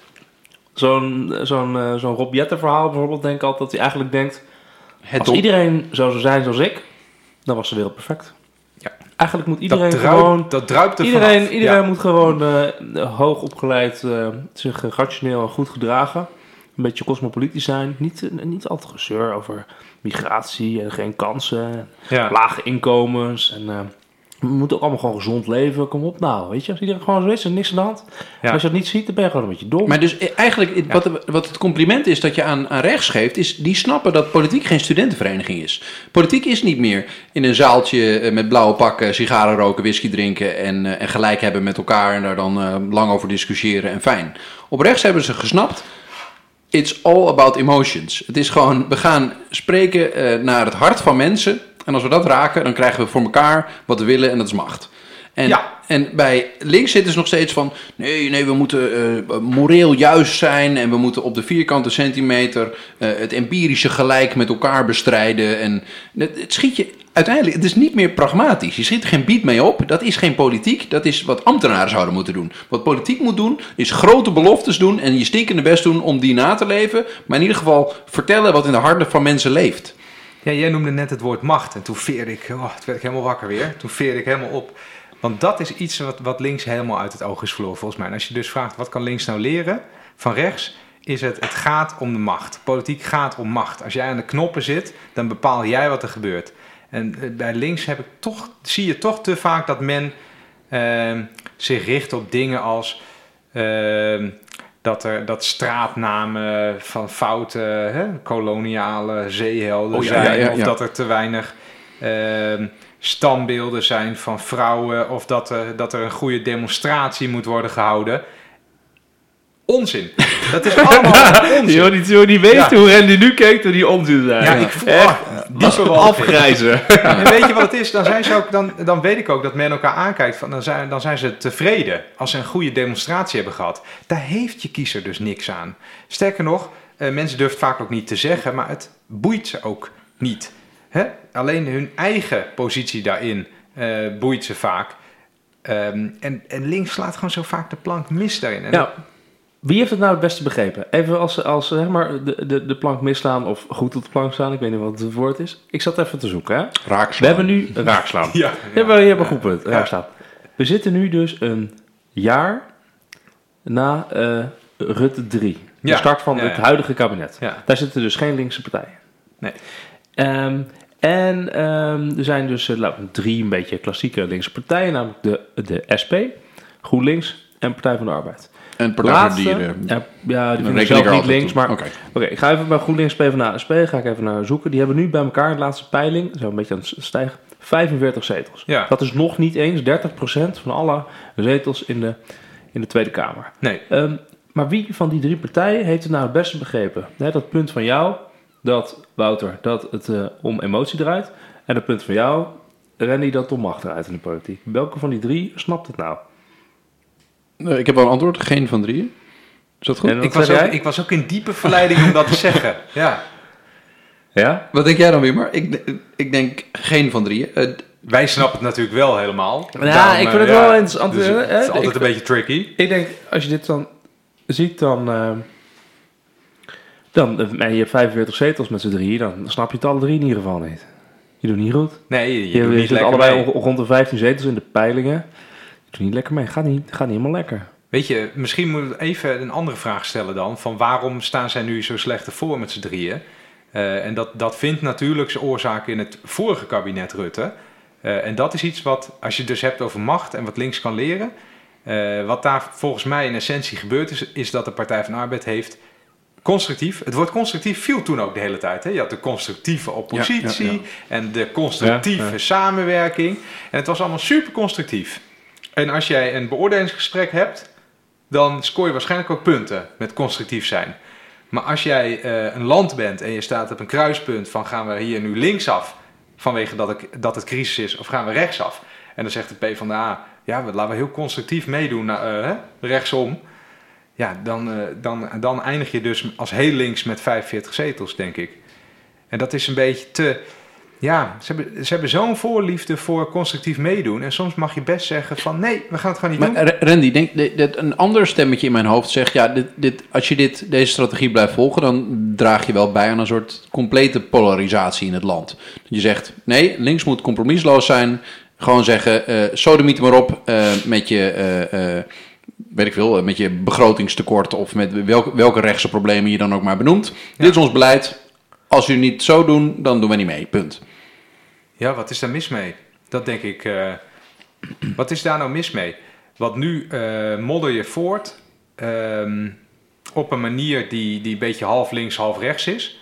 zo'n, zo'n, uh, zo'n Rob Jetten verhaal bijvoorbeeld, denk ik altijd dat hij eigenlijk denkt, het als iedereen zo zou zijn zoals ik, dan was de wereld perfect. Ja. Eigenlijk moet iedereen dat druip, gewoon... Dat druipt er Iedereen, vanaf. iedereen ja. moet gewoon uh, hoog opgeleid, uh, zich rationeel en goed gedragen. Een beetje cosmopolitisch zijn. Niet, uh, niet al te gezeur over migratie en geen kansen. Ja. Lage inkomens en... Uh, we moeten ook allemaal gewoon gezond leven. Kom op nou, weet je. Als iedereen gewoon zo is, er niks aan de hand. Ja. Als je dat niet ziet, dan ben je gewoon een beetje dom. Maar dus eigenlijk, ja. wat, wat het compliment is dat je aan, aan rechts geeft... is die snappen dat politiek geen studentenvereniging is. Politiek is niet meer in een zaaltje met blauwe pakken... sigaren roken, whisky drinken en, uh, en gelijk hebben met elkaar... en daar dan uh, lang over discussiëren en fijn. Op rechts hebben ze gesnapt... It's all about emotions. Het is gewoon, we gaan spreken uh, naar het hart van mensen... En als we dat raken, dan krijgen we voor elkaar wat we willen en dat is macht. En, ja. en bij links zitten ze nog steeds van... nee, nee, we moeten uh, moreel juist zijn... en we moeten op de vierkante centimeter... Uh, het empirische gelijk met elkaar bestrijden. En het, het schiet je uiteindelijk... het is niet meer pragmatisch. Je schiet er geen beat mee op. Dat is geen politiek. Dat is wat ambtenaren zouden moeten doen. Wat politiek moet doen, is grote beloftes doen... en je stinkende best doen om die na te leven. Maar in ieder geval vertellen wat in de harten van mensen leeft. Ja, jij noemde net het woord macht en toen veerde ik, oh, toen werd ik helemaal wakker weer. Toen veerde ik helemaal op. Want dat is iets wat, wat links helemaal uit het oog is verloren volgens mij. En als je dus vraagt, wat kan links nou leren van rechts, is het, het gaat om de macht. Politiek gaat om macht. Als jij aan de knoppen zit, dan bepaal jij wat er gebeurt. En bij links heb ik toch, zie je toch te vaak dat men uh, zich richt op dingen als... Uh, Dat, er, dat straatnamen van foute hè, koloniale zeehelden oh, ja, zijn. Ja, ja, ja. Of dat er te weinig uh, standbeelden zijn van vrouwen. Of dat er, dat er een goede demonstratie moet worden gehouden. Onzin. Dat is allemaal onzin. Joh, die, die weet ja. hoe Randy nu keek toen die onzin zei. Ja, ik voel echt diepe afgrijzen. Ja. En weet je wat het is? Dan, zijn ze ook, dan, dan weet ik ook dat men elkaar aankijkt. Van, dan, zijn, dan zijn ze tevreden als ze een goede demonstratie hebben gehad. Daar heeft je kiezer dus niks aan. Sterker nog, uh, mensen durven het vaak ook niet te zeggen, maar het boeit ze ook niet. Hè? Alleen hun eigen positie daarin uh, boeit ze vaak. Um, en, en links slaat gewoon zo vaak de plank mis daarin. En ja. Wie heeft het nou het beste begrepen? Even als, als zeg maar, de, de, de plank misslaan of goed op de plank staan. Ik weet niet wat het woord is. Ik zat even te zoeken. Hè? Raakslaan. We hebben nu... Raakslaan. ja, ja. Je hebt, je hebt een goed punt. Raakslaan. We zitten nu dus een jaar na uh, Rutte drie. De ja. start van ja, ja. het huidige kabinet. Ja. Daar zitten dus geen linkse partijen. Nee. Um, en um, er zijn dus uh, drie een beetje klassieke linkse partijen. Namelijk de, de S P, GroenLinks en Partij van de Arbeid. En Partij Laatste, voor de Dieren. Ja, ja die vind ik zelf niet links, maar... Oké, okay. okay, ik ga even bij GroenLinks, PvdA en S P, ga ik even naar zoeken. Die hebben nu bij elkaar in de laatste peiling, zo een beetje aan het stijgen, vijfenveertig zetels. Ja. Dat is nog niet eens dertig procent van alle zetels in de, in de Tweede Kamer. Nee. Um, maar wie van die drie partijen heeft het nou het beste begrepen? Hè, dat punt van jou, dat, Wouter, dat het uh, om emotie draait. En dat punt van jou, Randy, dat het om macht draait in de politiek. Welke van die drie snapt het nou? Ik heb wel een antwoord. Geen van drieën. Is dat goed? Ik was, ook, ik was ook in diepe verleiding om dat te zeggen. Ja. Ja? Wat denk jij dan, Wimmer? Ik, ik denk geen van drieën. Uh, Wij snappen het natuurlijk wel helemaal. Ja, Daarom, ik vind het uh, wel ja, interessant. Dus het is altijd ik, een beetje tricky. Ik denk, als je dit dan ziet, dan... Uh, dan en je hebt vijfenveertig zetels met z'n drieën, dan snap je het alle drie in ieder geval niet. Je doet niet goed. Nee, je, je, je, doet je niet zit lekker allebei mee. rond de vijftien zetels in de peilingen. Je doet niet lekker mee. Gaat niet, gaat niet helemaal lekker. Weet je, misschien moeten we even een andere vraag stellen dan. Van waarom staan zij nu zo slecht ervoor met z'n drieën? Uh, en dat, dat vindt natuurlijk zijn oorzaak in het vorige kabinet Rutte. Uh, en dat is iets wat, als je het dus hebt over macht en wat links kan leren... Uh, wat daar volgens mij in essentie gebeurd is... is dat de Partij van de Arbeid heeft constructief... Het woord constructief viel toen ook de hele tijd. Hè? Je had de constructieve oppositie ja, ja, ja. en de constructieve ja, ja. samenwerking. En het was allemaal super constructief. En als jij een beoordelingsgesprek hebt... dan scoor je waarschijnlijk ook punten met constructief zijn. Maar als jij uh, een land bent en je staat op een kruispunt... van gaan we hier nu linksaf vanwege dat, ik, dat het crisis is... of gaan we rechtsaf? En dan zegt de PvdA... ja, we, laten we heel constructief meedoen naar, uh, rechtsom. Ja, dan, uh, dan, dan eindig je dus als heel links met vijfenveertig zetels, denk ik. En dat is een beetje te... Ja, ze hebben, ze hebben zo'n voorliefde voor constructief meedoen. En soms mag je best zeggen van... nee, we gaan het gewoon niet maar, doen. Randy, denk dat een ander stemmetje in mijn hoofd zegt... ja, dit, dit, als je dit, deze strategie blijft volgen... dan draag je wel bij aan een soort complete polarisatie in het land. Dat je zegt, nee, links moet compromisloos zijn... Gewoon zeggen, uh, sodemiet maar op uh, met je, uh, uh, weet ik veel, met je begrotingstekort of met welke, welke rechtse problemen je dan ook maar benoemt. Ja. Dit is ons beleid. Als jullie niet zo doen, dan doen we niet mee. Punt. Ja, wat is daar mis mee? Dat denk ik. Uh, wat is daar nou mis mee? Want nu uh, modder je voort um, op een manier die, die een beetje half links, half rechts is.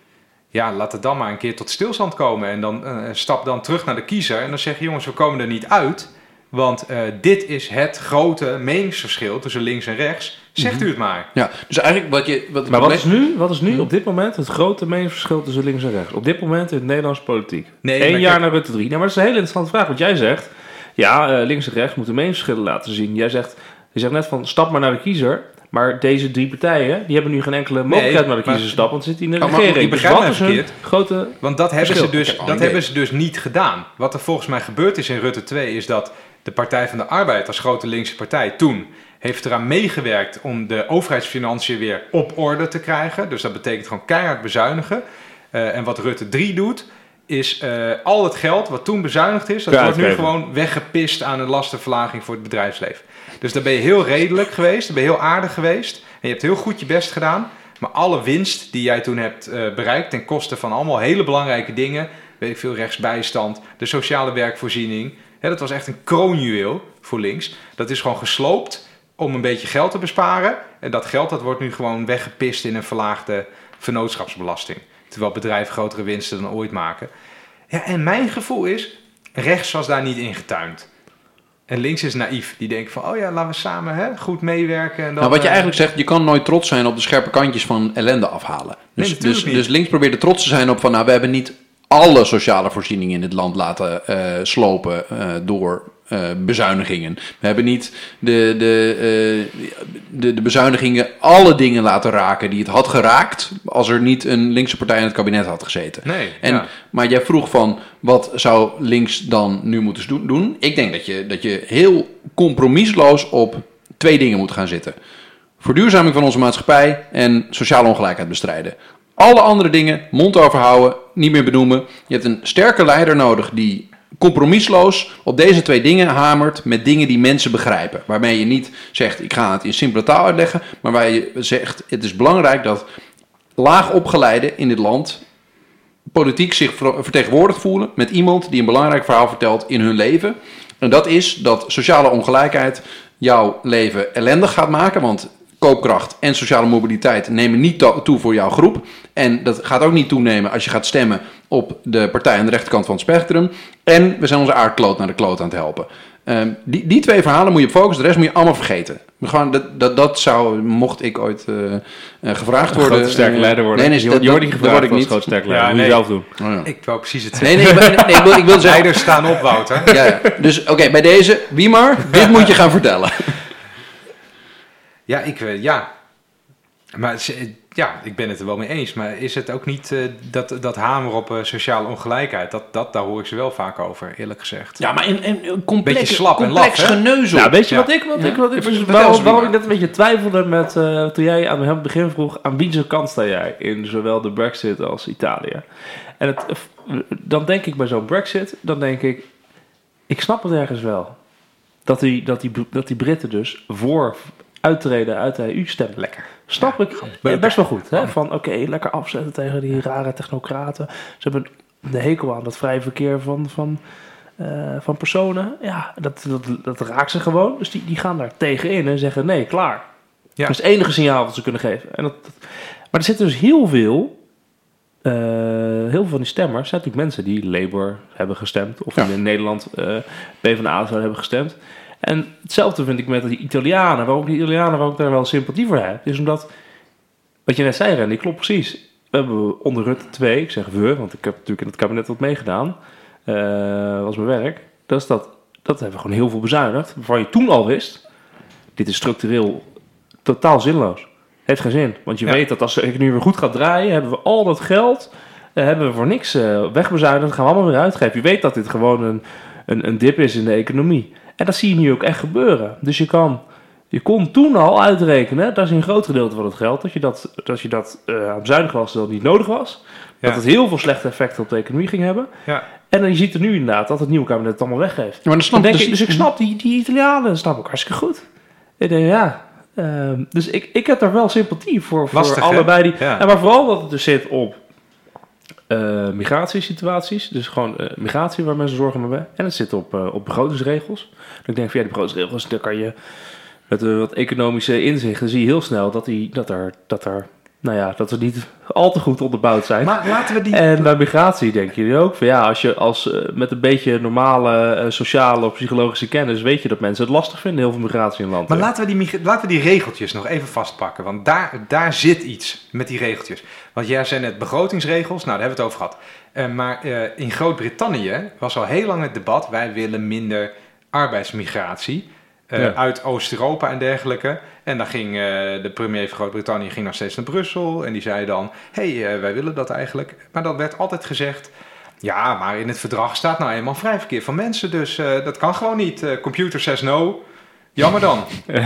Ja, laat het dan maar een keer tot stilstand komen. En dan uh, stap dan terug naar de kiezer. En dan zeg je, jongens, we komen er niet uit. Want uh, dit is het grote meningsverschil tussen links en rechts. Zegt mm-hmm. u het maar. Ja, dus eigenlijk wat je... Wat maar wat is nu, wat is nu mm. op dit moment het grote meningsverschil tussen links en rechts? Op dit moment in het Nederlandse politiek. Nee, Eén jaar kijk... naar Rutte drie. Nou, maar dat is een hele interessante vraag. Want jij zegt, ja, uh, links en rechts moeten meningsverschillen laten zien. Jij zegt, je zegt net van, stap maar naar de kiezer... Maar deze drie partijen, die hebben nu geen enkele mogelijkheid nee, naar de kiezer te stappen, want ze zitten in de oh, regering. Ik begrijp dus mij verkeerd. Grote want dat, hebben ze, dus, dat hebben ze dus niet gedaan. Wat er volgens mij gebeurd is in Rutte twee, is dat de Partij van de Arbeid als grote linkse partij toen heeft eraan meegewerkt om de overheidsfinanciën weer op orde te krijgen. Dus dat betekent gewoon keihard bezuinigen. Uh, en wat Rutte drie doet, is uh, al het geld wat toen bezuinigd is, dat ja, wordt nu gewoon weggepist aan een lastenverlaging voor het bedrijfsleven. Dus daar ben je heel redelijk geweest, daar ben je heel aardig geweest. En je hebt heel goed je best gedaan. Maar alle winst die jij toen hebt uh, bereikt ten koste van allemaal hele belangrijke dingen, weet ik veel, rechtsbijstand, de sociale werkvoorziening, hè, dat was echt een kroonjuweel voor links. Dat is gewoon gesloopt om een beetje geld te besparen. En dat geld dat wordt nu gewoon weggepist in een verlaagde vennootschapsbelasting. Terwijl bedrijven grotere winsten dan ooit maken. Ja, en mijn gevoel is, rechts was daar niet ingetuind. En links is naïef. Die denken van, oh ja, laten we samen hè, goed meewerken. En dan, nou, wat je uh... eigenlijk zegt, je kan nooit trots zijn op de scherpe kantjes van ellende afhalen. Dus, nee, dus, dus links probeert er trots te zijn op van, nou, we hebben niet alle sociale voorzieningen in het land laten uh, slopen uh, door uh, bezuinigingen. We hebben niet de, de, uh, de, de bezuinigingen alle dingen laten raken die het had geraakt als er niet een linkse partij in het kabinet had gezeten. Nee, en, ja. Maar jij vroeg van, wat zou links dan nu moeten doen? Ik denk dat je, dat je heel compromisloos op twee dingen moet gaan zitten. Verduurzaming van onze maatschappij en sociale ongelijkheid bestrijden. Alle andere dingen, mond overhouden, niet meer benoemen. Je hebt een sterke leider nodig die compromisloos op deze twee dingen hamert met dingen die mensen begrijpen. Waarmee je niet zegt, ik ga het in simpele taal uitleggen, maar waar je zegt, het is belangrijk dat laag opgeleiden in dit land politiek zich vertegenwoordigd voelen met iemand die een belangrijk verhaal vertelt in hun leven. En dat is dat sociale ongelijkheid jouw leven ellendig gaat maken, want koopkracht en sociale mobiliteit nemen niet toe voor jouw groep. En dat gaat ook niet toenemen als je gaat stemmen op de partij aan de rechterkant van het spectrum. En we zijn onze aardkloot naar de kloot aan het helpen. Um, die, die twee verhalen moet je op focussen, de rest moet je allemaal vergeten. Gewoon, dat, dat, dat zou, mocht ik ooit uh, uh, gevraagd worden... Een grote sterke uh, leider worden. Nee, nee, dat, je wordt niet gevraagd ik als niet. grote sterke leider. Ja, moet nee. je zelf doen. Oh, ja. Ik wou precies hetzelfde. Nee, nee, nee, nee, nee ik, wil, ik wil zeggen... Leiders staan op, Wouter. Ja, ja. Dus oké, okay, bij deze, wie maar, dit moet je gaan vertellen. Ja, ik weet, ja. Maar Ja, ik ben het er wel mee eens. Maar is het ook niet uh, dat, dat hamer op uh, sociale ongelijkheid? Dat, dat, daar hoor ik ze wel vaak over, eerlijk gezegd. Ja, maar in, in complex, beetje slap complex en laf, geneuzel. Nou, weet je ja. wat ik... Wat ja. ik, wat ik Vertel waarom, eens, waarom ik net een beetje twijfelde met... Uh, toen jij aan het begin vroeg... aan wie zijn kant sta jij in zowel de Brexit als Italië? En het, dan denk ik bij zo'n Brexit... dan denk ik... ik snap het ergens wel. Dat die, dat die, dat die Britten dus voor uittreden uit de E U stemmen. Lekker. Snap ja, ik ja, best wel goed. Hè? Van oké, okay, lekker afzetten tegen die rare technocraten. Ze hebben de hekel aan dat vrije verkeer van, van, uh, van personen. Ja, dat, dat, dat raakt ze gewoon. Dus die, die gaan daar tegenin en zeggen nee, klaar. Ja. Dat is het enige signaal dat ze kunnen geven. En dat, dat, maar er zitten dus heel veel... Uh, heel veel van die stemmers zijn natuurlijk mensen die Labour hebben gestemd. Of ja. in Nederland uh, PvdA zouden hebben gestemd. En hetzelfde vind ik met die Italianen. Waarom die Italianen, waarom ik daar wel sympathie voor heb, is omdat, wat je net zei, Randy, klopt precies. We hebben onder Rutte twee, ik zeg we, want ik heb natuurlijk in het kabinet wat meegedaan, uh, was mijn werk. Dat is dat, dat hebben we gewoon heel veel bezuinigd, waarvan je toen al wist, dit is structureel totaal zinloos. Heeft geen zin, want je ja. weet dat als de economie weer goed gaat draaien, hebben we al dat geld, uh, hebben we voor niks uh, wegbezuinigd, dat gaan we allemaal weer uitgeven. Je weet dat dit gewoon een, een, een dip is in de economie. En dat zie je nu ook echt gebeuren. Dus je kan, je kon toen al uitrekenen, dat is een groot gedeelte van het geld, dat je dat, dat, je dat uh, aan bezuinigen was dat niet nodig was. Ja. Dat het heel veel slechte effecten op de economie ging hebben. Ja. En dan je ziet er nu inderdaad dat het nieuwe kabinet het allemaal weggeeft. Ja, maar dan snap, denk dus, ik, dus ik snap die, die Italianen, dat snap ik hartstikke goed. Ik denk, ja... Uh, dus ik, ik heb daar wel sympathie voor, voor Lastig, allebei die... Ja. En maar vooral dat het dus zit op uh, migratiesituaties. Dus gewoon uh, migratie waar mensen zorgen mee hebben. En het zit op, uh, op begrotingsregels. Dan ik denk van ja, die begrotingsregels, daar kan je met uh, wat economische inzichten zie je heel snel dat, die, dat er... Dat er Nou ja, dat ze niet al te goed onderbouwd zijn. Maar laten we die... En bij migratie denk je ook van ja, als je als uh, met een beetje normale uh, sociale of psychologische kennis weet je dat mensen het lastig vinden, heel veel migratie in land. Maar laten we, die, laten we die regeltjes nog even vastpakken, want daar, daar zit iets met die regeltjes. Want jij zei net begrotingsregels, nou daar hebben we het over gehad. Uh, maar uh, in Groot-Brittannië was al heel lang het debat, wij willen minder arbeidsmigratie. Uh, ja. Uit Oost-Europa en dergelijke. En dan ging uh, de premier van Groot-Brittannië ging nog steeds naar Brussel. En die zei dan, hé, hey, uh, wij willen dat eigenlijk. Maar dan werd altijd gezegd, ja, maar in het verdrag staat nou eenmaal vrij verkeer van mensen. Dus uh, dat kan gewoon niet. Uh, computer says no. Jammer dan.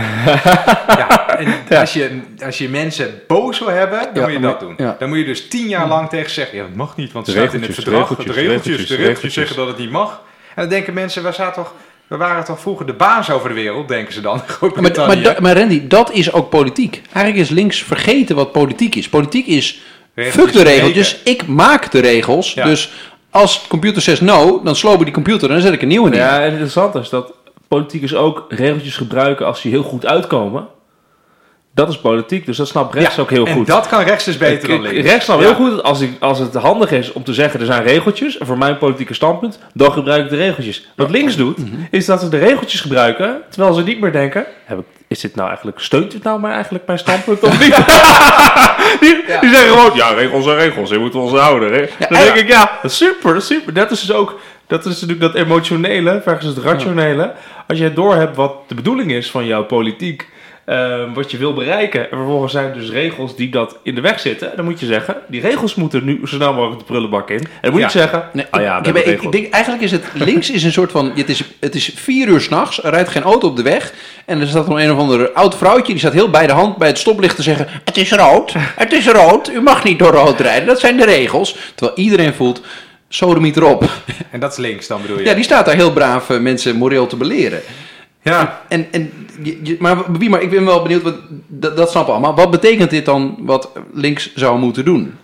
ja, en ja. Als, je, als je mensen boos wil hebben, dan ja, moet je dat doen. Ja. Dan moet je dus tien jaar lang tegen zeggen, ja, dat mag niet. Want het staat in het verdrag. De regeltjes, de regeltjes, regeltjes, de regeltjes zeggen dat het niet mag. En dan denken mensen, waar staat toch... We waren toch vroeger de baas over de wereld, denken ze dan. maar, maar, maar Randy, dat is ook politiek. Eigenlijk is links vergeten wat politiek is. Politiek is, regeltjes fuck de regeltjes, ik maak de regels. Ja. Dus als de computer zegt no, dan sloop ik die computer en dan zet ik een nieuwe neer. Ja, en het interessante is dat politiekers ook regeltjes gebruiken als die heel goed uitkomen. Dat is politiek, dus dat snapt rechts ja, ook heel en goed. En dat kan rechts dus beter dan links. Rechts snapt ja. heel goed, als, ik, als het handig is om te zeggen er zijn regeltjes, en voor mijn politieke standpunt, dan gebruik ik de regeltjes. Wat links doet, mm-hmm. is dat ze de regeltjes gebruiken, terwijl ze niet meer denken, heb ik, is dit nou eigenlijk, steunt dit nou maar eigenlijk mijn standpunt of niet? die, ja. die zeggen gewoon, ja, regels zijn regels, je moet ons houden. Hè? Ja, dan denk ja. ik, ja, dat is super, dat is super. Dat is dus ook, dat is natuurlijk dat emotionele versus het rationele. Ja. Als je doorhebt wat de bedoeling is van jouw politiek, Uh, wat je wil bereiken. En vervolgens zijn er dus regels die dat in de weg zitten. En dan moet je zeggen, die regels moeten nu zo snel mogelijk de prullenbak in. En dan moet ja. je zeggen, nee, oh ja, ik, ik, ik denk, eigenlijk is het links is een soort van, het is, het is vier uur 's nachts, er rijdt geen auto op de weg. En er staat nog een of ander oud vrouwtje, die staat heel bij de hand bij het stoplicht te zeggen, het is rood, het is rood, u mag niet door rood rijden. Dat zijn de regels. Terwijl iedereen voelt, sodemiet erop. En dat is links dan bedoel je? Ja, die staat daar heel braaf uh, mensen moreel te beleren. Ja. En, en, en, maar wie, maar ik ben wel benieuwd, wat, dat, dat snap ik al. Maar wat betekent dit dan wat links zou moeten doen?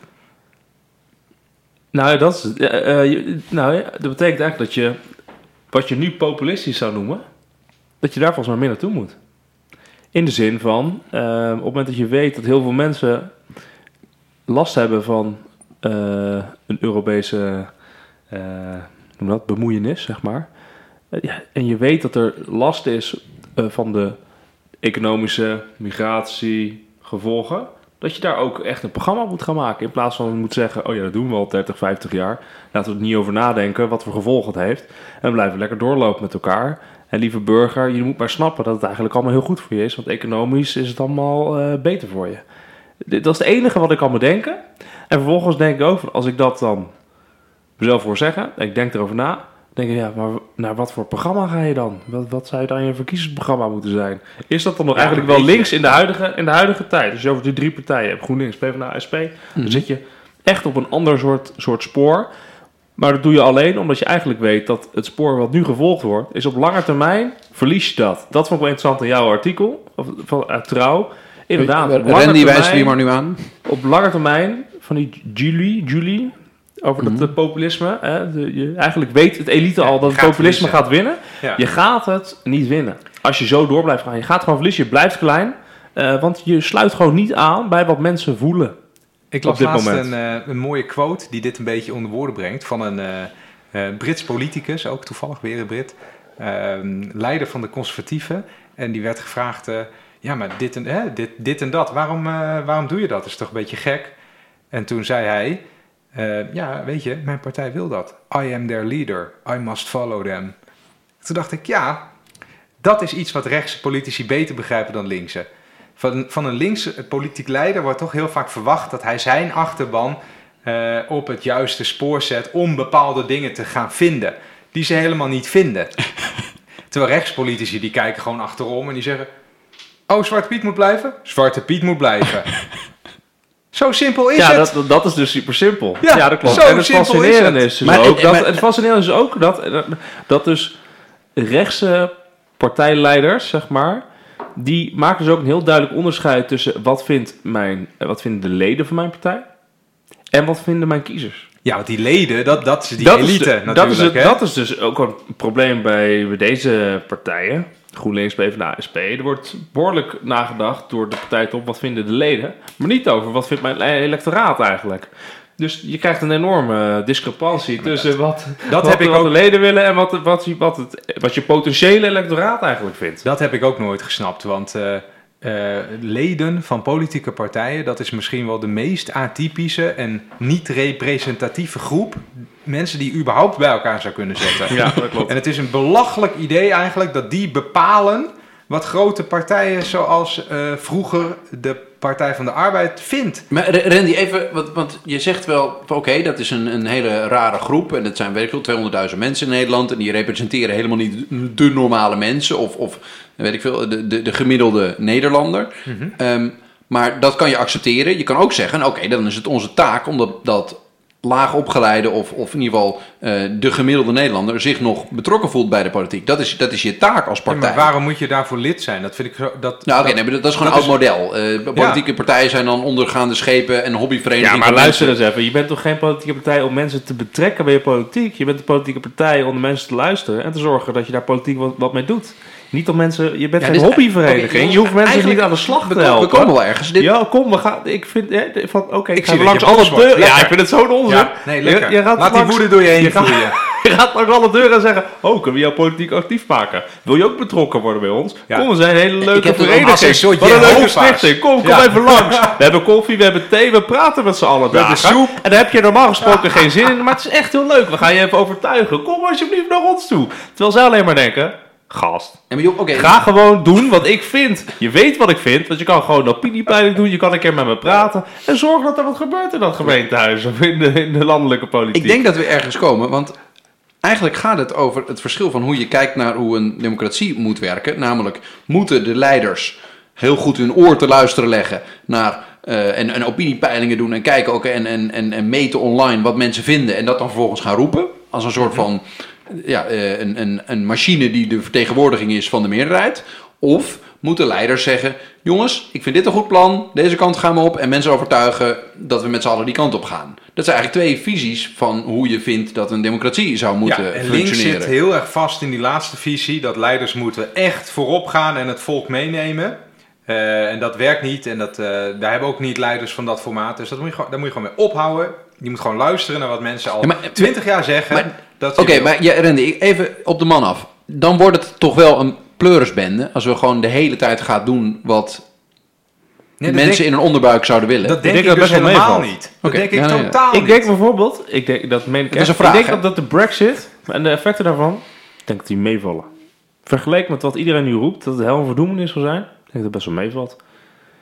Nou, dat, is, uh, uh, nou ja, dat betekent eigenlijk dat je, wat je nu populistisch zou noemen, dat je daar volgens mij meer naartoe moet. In de zin van, uh, op het moment dat je weet dat heel veel mensen last hebben van uh, een Europese uh, noem dat, bemoeienis, zeg maar. Ja, en je weet dat er last is uh, van de economische migratie gevolgen, dat je daar ook echt een programma moet gaan maken. In plaats van moet zeggen, oh ja, dat doen we al dertig, vijftig jaar. Laten we er niet over nadenken wat voor gevolgen het heeft. En we blijven lekker doorlopen met elkaar. En lieve burger, je moet maar snappen dat het eigenlijk allemaal heel goed voor je is. Want economisch is het allemaal uh, beter voor je. Dat is het enige wat ik kan bedenken. En vervolgens denk ik ook, als ik dat dan mezelf voor zeggen, en ik denk erover na, denk ik, ja, maar naar wat voor programma ga je dan? Wat, wat zou je dan je verkiezingsprogramma moeten zijn? Is dat dan nog ja, eigenlijk wel links in de, huidige, in de huidige tijd? Dus je over die drie partijen hebt, GroenLinks, PvdA, S P, mm-hmm. dan zit je echt op een ander soort, soort spoor. Maar dat doe je alleen omdat je eigenlijk weet dat het spoor wat nu gevolgd wordt, is op lange termijn verlies je dat. Dat vond ik wel interessant in jouw artikel, of, van, uit Trouw. Inderdaad, Randy wijst wie maar nu aan. Op lange termijn, van die Julie, Julie over mm-hmm. dat populisme. Hè, de, je, eigenlijk weet het elite al dat het populisme gaat winnen. Ja. Je gaat het niet winnen. Als je zo door blijft gaan. Je gaat gewoon verliezen, je blijft klein. Uh, want je sluit gewoon niet aan bij wat mensen voelen. Ik las laatst een, uh, een mooie quote die dit een beetje onder woorden brengt. Van een uh, uh, Brits politicus, ook toevallig weer een Brit. Uh, leider van de conservatieven. En die werd gevraagd... Uh, ja, maar dit en, hè, dit, dit en dat, waarom, uh, waarom doe je dat? Dat is toch een beetje gek? En toen zei hij... Uh, ja, weet je, mijn partij wil dat. I am their leader. I must follow them. Toen dacht ik, ja... dat is iets wat rechtse politici beter begrijpen dan linkse. Van, van een linkse politiek leider wordt toch heel vaak verwacht... dat hij zijn achterban uh, op het juiste spoor zet... om bepaalde dingen te gaan vinden... die ze helemaal niet vinden. Terwijl rechtspolitici die kijken gewoon achterom en die zeggen... oh, Zwarte Piet moet blijven? Zwarte Piet moet blijven. Zo simpel is ja, het. Ja, dat, dat is dus super simpel. Ja, ja dat klopt. Zo en het simpel fascinerende is, is het. Dus Maar, ook, maar, dat, het fascinerende is ook dat, dat dus rechtse partijleiders, zeg maar... die maken dus ook een heel duidelijk onderscheid tussen... wat, vindt mijn, wat vinden de leden van mijn partij... en wat vinden mijn kiezers. Ja, want die leden, dat, dat is die dat elite is de, natuurlijk. Dat is, het, hè? dat is dus ook een probleem bij, bij deze partijen. GroenLinks, PvdA, S P. Er wordt behoorlijk nagedacht door de partij op wat vinden de leden. Maar niet over wat vindt mijn electoraat eigenlijk. Dus je krijgt een enorme discrepantie ja, tussen wat, dat wat, heb ik wat ook, de leden willen... en wat, wat, wat, het, wat je potentiële electoraat eigenlijk vindt. Dat heb ik ook nooit gesnapt, want... Uh, Uh, leden van politieke partijen, dat is misschien wel de meest atypische en niet representatieve groep mensen die überhaupt bij elkaar zou kunnen zetten. Ja, dat klopt. En het is een belachelijk idee eigenlijk dat die bepalen wat grote partijen zoals uh, vroeger de Partij van de Arbeid vindt. Maar Randy, even, want, want je zegt wel, oké, okay, dat is een, een hele rare groep en dat zijn weet ik wel tweehonderdduizend mensen in Nederland en die representeren helemaal niet de normale mensen of, of weet ik veel, de, de, de gemiddelde Nederlander. Mm-hmm. Um, maar dat kan je accepteren. Je kan ook zeggen, oké, okay, dan is het onze taak om dat, dat laag opgeleide of, of in ieder geval uh, de gemiddelde Nederlander zich nog betrokken voelt bij de politiek. Dat is, dat is je taak als partij. Ja, maar waarom moet je daarvoor lid zijn? Dat vind ik zo... Dat, nou, oké, okay, nee, dat, dat is gewoon een oud is, model. Uh, politieke ja. partijen zijn dan ondergaande schepen en hobbyverenigingen. Ja, maar luister eens even. Je bent toch geen politieke partij om mensen te betrekken bij je politiek? Je bent een politieke partij om de mensen te luisteren en te zorgen dat je daar politiek wat, wat mee doet. Niet om mensen... Je bent ja, geen dus, hobbyvereniging. Okay, je hoeft mensen niet aan de slag te helpen. We komen wel ergens. Dit... Ja, kom, we gaan... Ik vind... Ja, van, Oké, okay, ik zie langs alle deuren... Ja, ik vind het zo'n onzin. Ja, nee, lekker. Je, je gaat Laat langs, die woede door je heen vloeien. Je gaat langs alle deuren en zeggen... Oh, kunnen we jou politiek actief maken? Wil je ook betrokken worden bij ons? Ja. Kom, we zijn een hele leuke vereniging. Wat een leuke stichting. Kom, kom ja. even langs. We hebben koffie, we hebben thee, we praten met z'n allen. We hebben soep. En daar heb je normaal gesproken geen zin in. Maar het is echt heel leuk. We gaan je even overtuigen. Kom alsjeblieft naar ons toe. Terwijl zij alleen maar denken... Gast. Ja, maar joh, okay. Ga gewoon doen wat ik vind. Je weet wat ik vind, want je kan gewoon een opiniepeiling doen. Je kan een keer met me praten. En zorg dat er wat gebeurt in dat gemeentehuis of in de, in de landelijke politiek. Ik denk dat we ergens komen, want eigenlijk gaat het over het verschil van hoe je kijkt naar hoe een democratie moet werken. Namelijk, moeten de leiders heel goed hun oor te luisteren leggen naar... Uh, en, en opiniepeilingen doen en kijken ook en, en, en, en meten online wat mensen vinden. En dat dan vervolgens gaan roepen. Als een soort van... Ja, een, een, een machine die de vertegenwoordiging is van de meerderheid. Of moeten leiders zeggen... jongens, ik vind dit een goed plan, deze kant gaan we op... en mensen overtuigen dat we met z'n allen die kant op gaan. Dat zijn eigenlijk twee visies van hoe je vindt dat een democratie zou moeten ja, en functioneren. Links zit heel erg vast in die laatste visie... dat leiders moeten echt voorop gaan en het volk meenemen... Uh, en dat werkt niet en dat, uh, daar hebben ook niet leiders van dat formaat. Dus dat moet je gewoon, daar moet je gewoon mee ophouden. Je moet gewoon luisteren naar wat mensen al twintig ja, jaar zeggen. Oké, okay, maar ja, Randy, even op de man af. Dan wordt het toch wel een pleurisbende als we gewoon de hele tijd gaan doen wat nee, mensen denk, in een onderbuik zouden willen. Dat denk ik, denk ik dus helemaal niet. Dat okay. denk ik ja, totaal ja, ja. niet. Ik denk bijvoorbeeld, ik denk, dat meen ik echt, vraag, ik denk dat, dat de Brexit en de effecten daarvan, ik denk dat die meevallen. Vergeleken met wat iedereen nu roept, dat het hel en verdoemenis zal zijn, ik denk dat het best wel meevalt.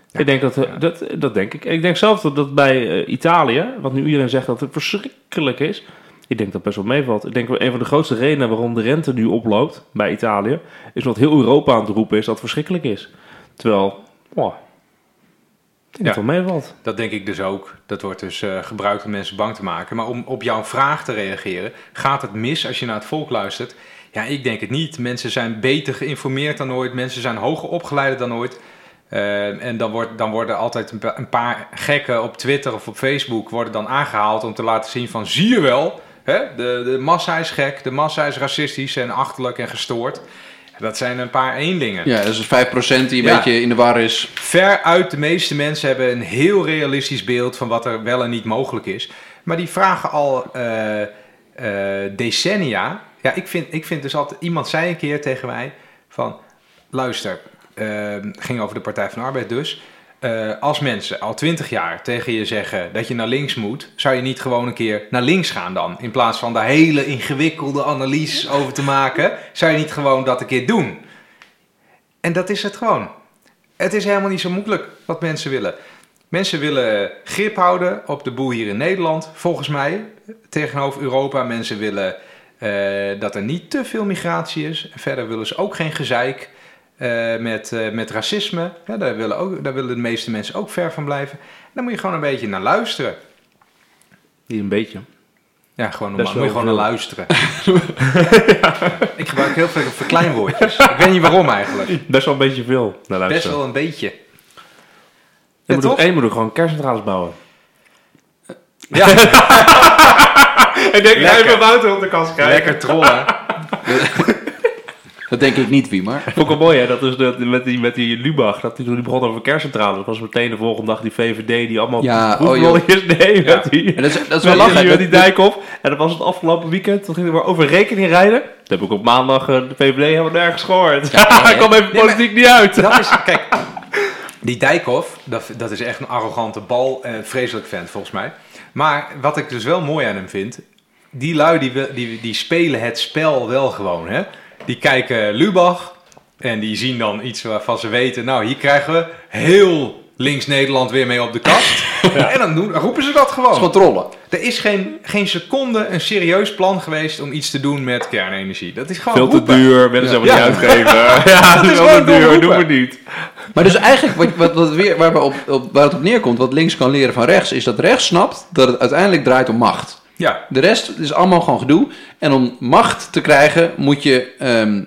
Ja, ik denk dat, ja. dat, dat denk ik. Ik denk zelf dat, dat bij uh, Italië, wat nu iedereen zegt dat het verschrikkelijk is, ik denk dat best wel meevalt. Ik denk dat een van de grootste redenen waarom de rente nu oploopt bij Italië, is wat heel Europa aan het roepen is dat het verschrikkelijk is. Terwijl, oh, ik denk ja, dat het wel meevalt. Dat denk ik dus ook. Dat wordt dus uh, gebruikt om mensen bang te maken. Maar om op jouw vraag te reageren, gaat het mis als je naar het volk luistert? Ja, ik denk het niet. Mensen zijn beter geïnformeerd dan ooit. Mensen zijn hoger opgeleid dan ooit. Uh, en dan, wordt, dan worden altijd een, pa- een paar gekken op Twitter of op Facebook worden dan aangehaald om te laten zien van, zie je wel, hè? De, de massa is gek, de massa is racistisch en achterlijk en gestoord. Dat zijn een paar eenlingen. Ja, dat is vijf procent die een ja. beetje in de war is. Veruit de meeste mensen hebben een heel realistisch beeld van wat er wel en niet mogelijk is. Maar die vragen al uh, uh, decennia. Ja, ik vind, ik vind dus altijd, iemand zei een keer tegen mij van, luister, uh, ging over de Partij van de Arbeid dus. Uh, als mensen al twintig jaar tegen je zeggen dat je naar links moet, zou je niet gewoon een keer naar links gaan dan? In plaats van daar hele ingewikkelde analyse over te maken, zou je niet gewoon dat een keer doen? En dat is het gewoon. Het is helemaal niet zo moeilijk wat mensen willen. Mensen willen grip houden op de boel hier in Nederland, volgens mij, tegenover Europa. Mensen willen uh, dat er niet te veel migratie is. Verder willen ze ook geen gezeik. Uh, met, uh, met racisme, ja, daar, willen ook, daar willen de meeste mensen ook ver van blijven. Daar moet je gewoon een beetje naar luisteren. Niet een beetje. Ja, gewoon normaal. Moet je gewoon naar luisteren. ja. Ik gebruik heel veel verkleinwoordjes. Ik weet niet waarom eigenlijk. Best wel een beetje veel naar luisteren. Best wel een beetje. Je moet ook, één moet ook gewoon kerncentrales bouwen. Ja. Ik denk, ga even buiten op de kast kijken. Lekker trollen. Dat denk ik niet, wie maar. Vond ik wel mooi, hè? Dat is de, met, die, met die Lubach, dat die, toen die begon over kerncentrales. Dat was meteen de volgende dag die V V D die allemaal ja, proefrolletjes oh, deed. Ja. Met die, en dat is, dat is wel lachen. Die, met die Dijkhoff. En dat was het afgelopen weekend. Toen ging het maar over rekening rijden. Dat heb ik op maandag uh, de V V D helemaal nergens gehoord. Ja, Hij kwam even nee, politiek niet uit. Dat is, kijk, die Dijkhoff, dat, dat is echt een arrogante bal. En vreselijk vent volgens mij. Maar wat ik dus wel mooi aan hem vind, die lui die, die, die spelen het spel wel gewoon, hè. Die kijken Lubach en die zien dan iets waarvan ze weten, nou, hier krijgen we heel links Nederland weer mee op de kast. Ja. En dan, doen, dan roepen ze dat gewoon. Dat is gewoon trollen. Er is geen, geen seconde een serieus plan geweest om iets te doen met kernenergie. Dat is gewoon veel roepen. te duur, willen ze ja. niet uitgeven. Ja, dat is veel te duur, doen we niet. Maar dus eigenlijk, wat, wat, wat weer, waar, we op, op, waar het op neerkomt, wat links kan leren van rechts, is dat rechts snapt dat het uiteindelijk draait om macht. Ja. De rest is allemaal gewoon gedoe. En om macht te krijgen moet je um,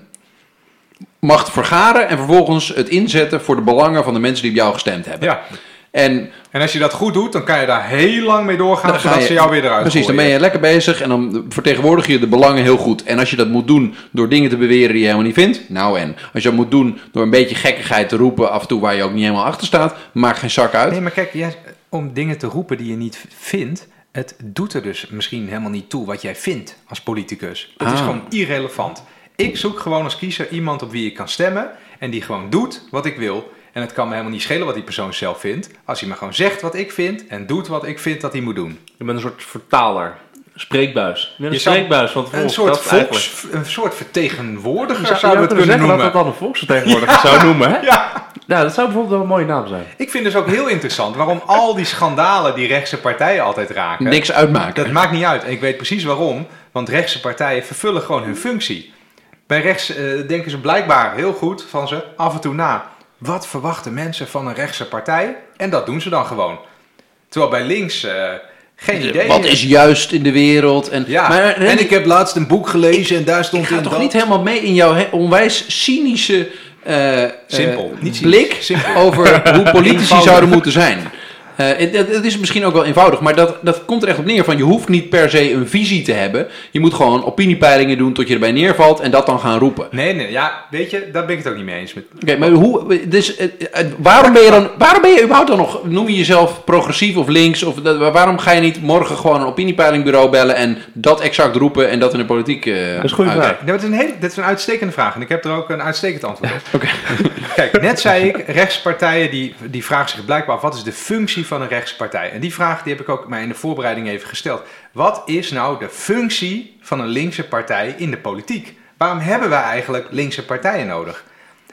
macht vergaren en vervolgens het inzetten voor de belangen van de mensen die op jou gestemd hebben. Ja. En, en als je dat goed doet, dan kan je daar heel lang mee doorgaan zodat je, ze jou weer eruit Precies, gooien. Dan ben je lekker bezig en dan vertegenwoordig je de belangen heel goed. En als je dat moet doen door dingen te beweren die je helemaal niet vindt, nou en. Als je dat moet doen door een beetje gekkigheid te roepen af en toe waar je ook niet helemaal achter staat, maakt geen zak uit. Nee, maar kijk, ja, om dingen te roepen die je niet vindt, het doet er dus misschien helemaal niet toe wat jij vindt als politicus. Dat ah. is gewoon irrelevant. Ik zoek gewoon als kiezer iemand op wie ik kan stemmen en die gewoon doet wat ik wil. En het kan me helemaal niet schelen wat die persoon zelf vindt. Als hij maar gewoon zegt wat ik vind en doet wat ik vind dat hij moet doen. Je bent een soort vertaler. Spreekbuis. Je bent een spreekbuis van het volk. Een soort, volks, een soort vertegenwoordiger zou, zou je het kunnen noemen. Dat dat dan een volksvertegenwoordiger ja. zou noemen, hè? Ja. Nou, dat zou bijvoorbeeld wel een mooie naam zijn. Ik vind dus ook heel interessant waarom al die schandalen die rechtse partijen altijd raken. Niks uitmaken. Dat maakt niet uit. En ik weet precies waarom. Want rechtse partijen vervullen gewoon hun functie. Bij rechts uh, denken ze blijkbaar heel goed van ze af en toe na. Wat verwachten mensen van een rechtse partij? En dat doen ze dan gewoon. Terwijl bij links uh, geen idee. Wat is juist in de wereld? En, ja, maar, en ik heb laatst een boek gelezen en daar stond ik ga in toch dat... niet helemaal mee in jouw he- onwijs cynische uh, Simpel, uh, niet blik Simpel. over hoe politici zouden moeten zijn. Uh, het, het is misschien ook wel eenvoudig, maar dat, dat komt er echt op neer van je hoeft niet per se een visie te hebben. Je moet gewoon opiniepeilingen doen tot je erbij neervalt en dat dan gaan roepen. Nee, nee, ja, weet je, daar ben ik het ook niet mee eens met. Oké, okay, maar hoe, dus, uh, uh, waarom ben je dan, waarom ben je überhaupt dan nog, noem je jezelf progressief of links, of uh, waarom ga je niet morgen gewoon een opiniepeilingbureau bellen en dat exact roepen en dat in de politiek uh, Dat is goed. Nee, dat is een hele, dit is een uitstekende vraag en ik heb er ook een uitstekend antwoord op. Oké. Kijk, net zei ik, rechtspartijen die, die vragen zich blijkbaar af, wat is de functie van een rechtspartij? En die vraag die heb ik ook mij in de voorbereiding even gesteld. Wat is nou de functie van een linkse partij in de politiek? Waarom hebben wij eigenlijk linkse partijen nodig?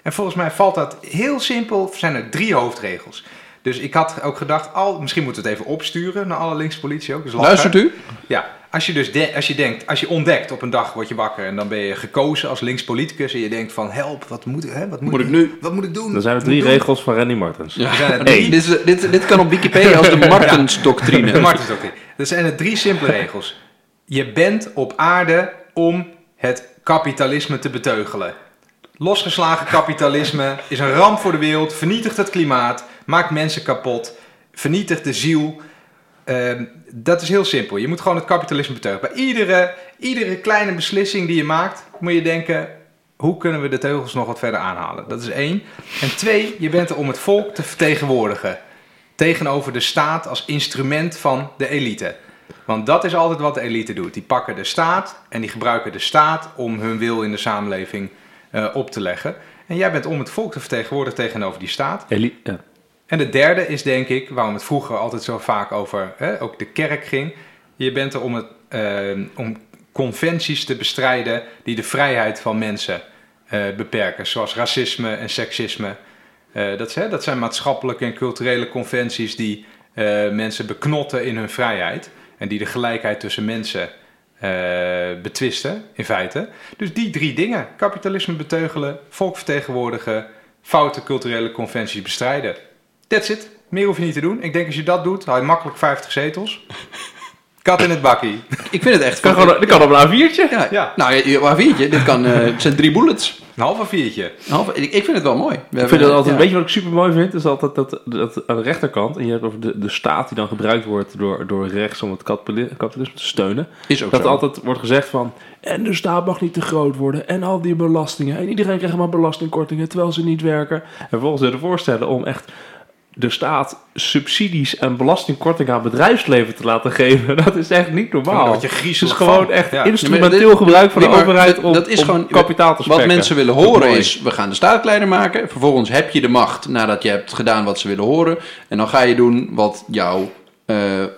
En volgens mij valt dat heel simpel, zijn er drie hoofdregels. Dus ik had ook gedacht, al, misschien moeten we het even opsturen naar alle linkse politie ook. Dus luistert u? Ja, als je dus de, als je denkt, als je ontdekt op een dag word je wakker en dan ben je gekozen als links politicus en je denkt van help, wat moet, hè, wat moet, moet ik nu? Wat moet ik doen? Dan zijn er drie regels van Randy Martens. Ja. Ja. Hey. Dit, is, dit, dit kan op Wikipedia als de Martens-doctrine. Ja, de Martens-doctrine. Er zijn er drie simpele regels. Je bent op aarde om het kapitalisme te beteugelen. Losgeslagen kapitalisme is een ramp voor de wereld, vernietigt het klimaat, maakt mensen kapot, vernietigt de ziel. Uh, dat is heel simpel. Je moet gewoon het kapitalisme beteugelen. Bij iedere, iedere kleine beslissing die je maakt, moet je denken, hoe kunnen we de teugels nog wat verder aanhalen? Dat is één. En twee, je bent er om het volk te vertegenwoordigen. Tegenover de staat als instrument van de elite. Want dat is altijd wat de elite doet. Die pakken de staat en die gebruiken de staat om hun wil in de samenleving uh, op te leggen. En jij bent om het volk te vertegenwoordigen tegenover die staat. Eli- ja. En de derde is denk ik, waarom het vroeger altijd zo vaak over hè, ook de kerk ging. Je bent er om, het, uh, om conventies te bestrijden die de vrijheid van mensen uh, beperken. Zoals racisme en seksisme. Uh, dat, hè, dat zijn maatschappelijke en culturele conventies die uh, mensen beknotten in hun vrijheid. En die de gelijkheid tussen mensen uh, betwisten, in feite. Dus die drie dingen. Kapitalisme beteugelen, volk vertegenwoordigen, foute culturele conventies bestrijden. That's it. Meer hoef je niet te doen. Ik denk als je dat doet, haal je makkelijk vijftig zetels. Kat in het bakkie. Ik vind het echt... Kan gewoon, dit kan op een A viertje. Ja, ja. Nou, een A viertje. Dit kan, uh, het zijn drie bullets. Een half A viertje. Een half, ik, ik vind het wel mooi. We ik hebben, vind het altijd, ja. Weet je wat ik super mooi vind? Is altijd dat, dat aan de rechterkant, en je hebt over de, de staat die dan gebruikt wordt door, door rechts om het kapitalisme te steunen. Is ook dat zo. altijd wordt gezegd van, en de staat mag niet te groot worden, en al die belastingen, en iedereen krijgt maar belastingkortingen terwijl ze niet werken. En vervolgens er voorstellen om echt de staat subsidies en belastingkorting aan bedrijfsleven te laten geven, dat is echt niet normaal. Dat je Het is gewoon van. echt Ja. instrumenteel Nee, dit, gebruik van nee, de maar overheid dat, om, dat is om gewoon, kapitaal te spekken. Wat mensen willen horen is, we gaan de staat kleiner maken. Vervolgens heb je de macht nadat je hebt gedaan wat ze willen horen. En dan ga je doen wat jouw, uh,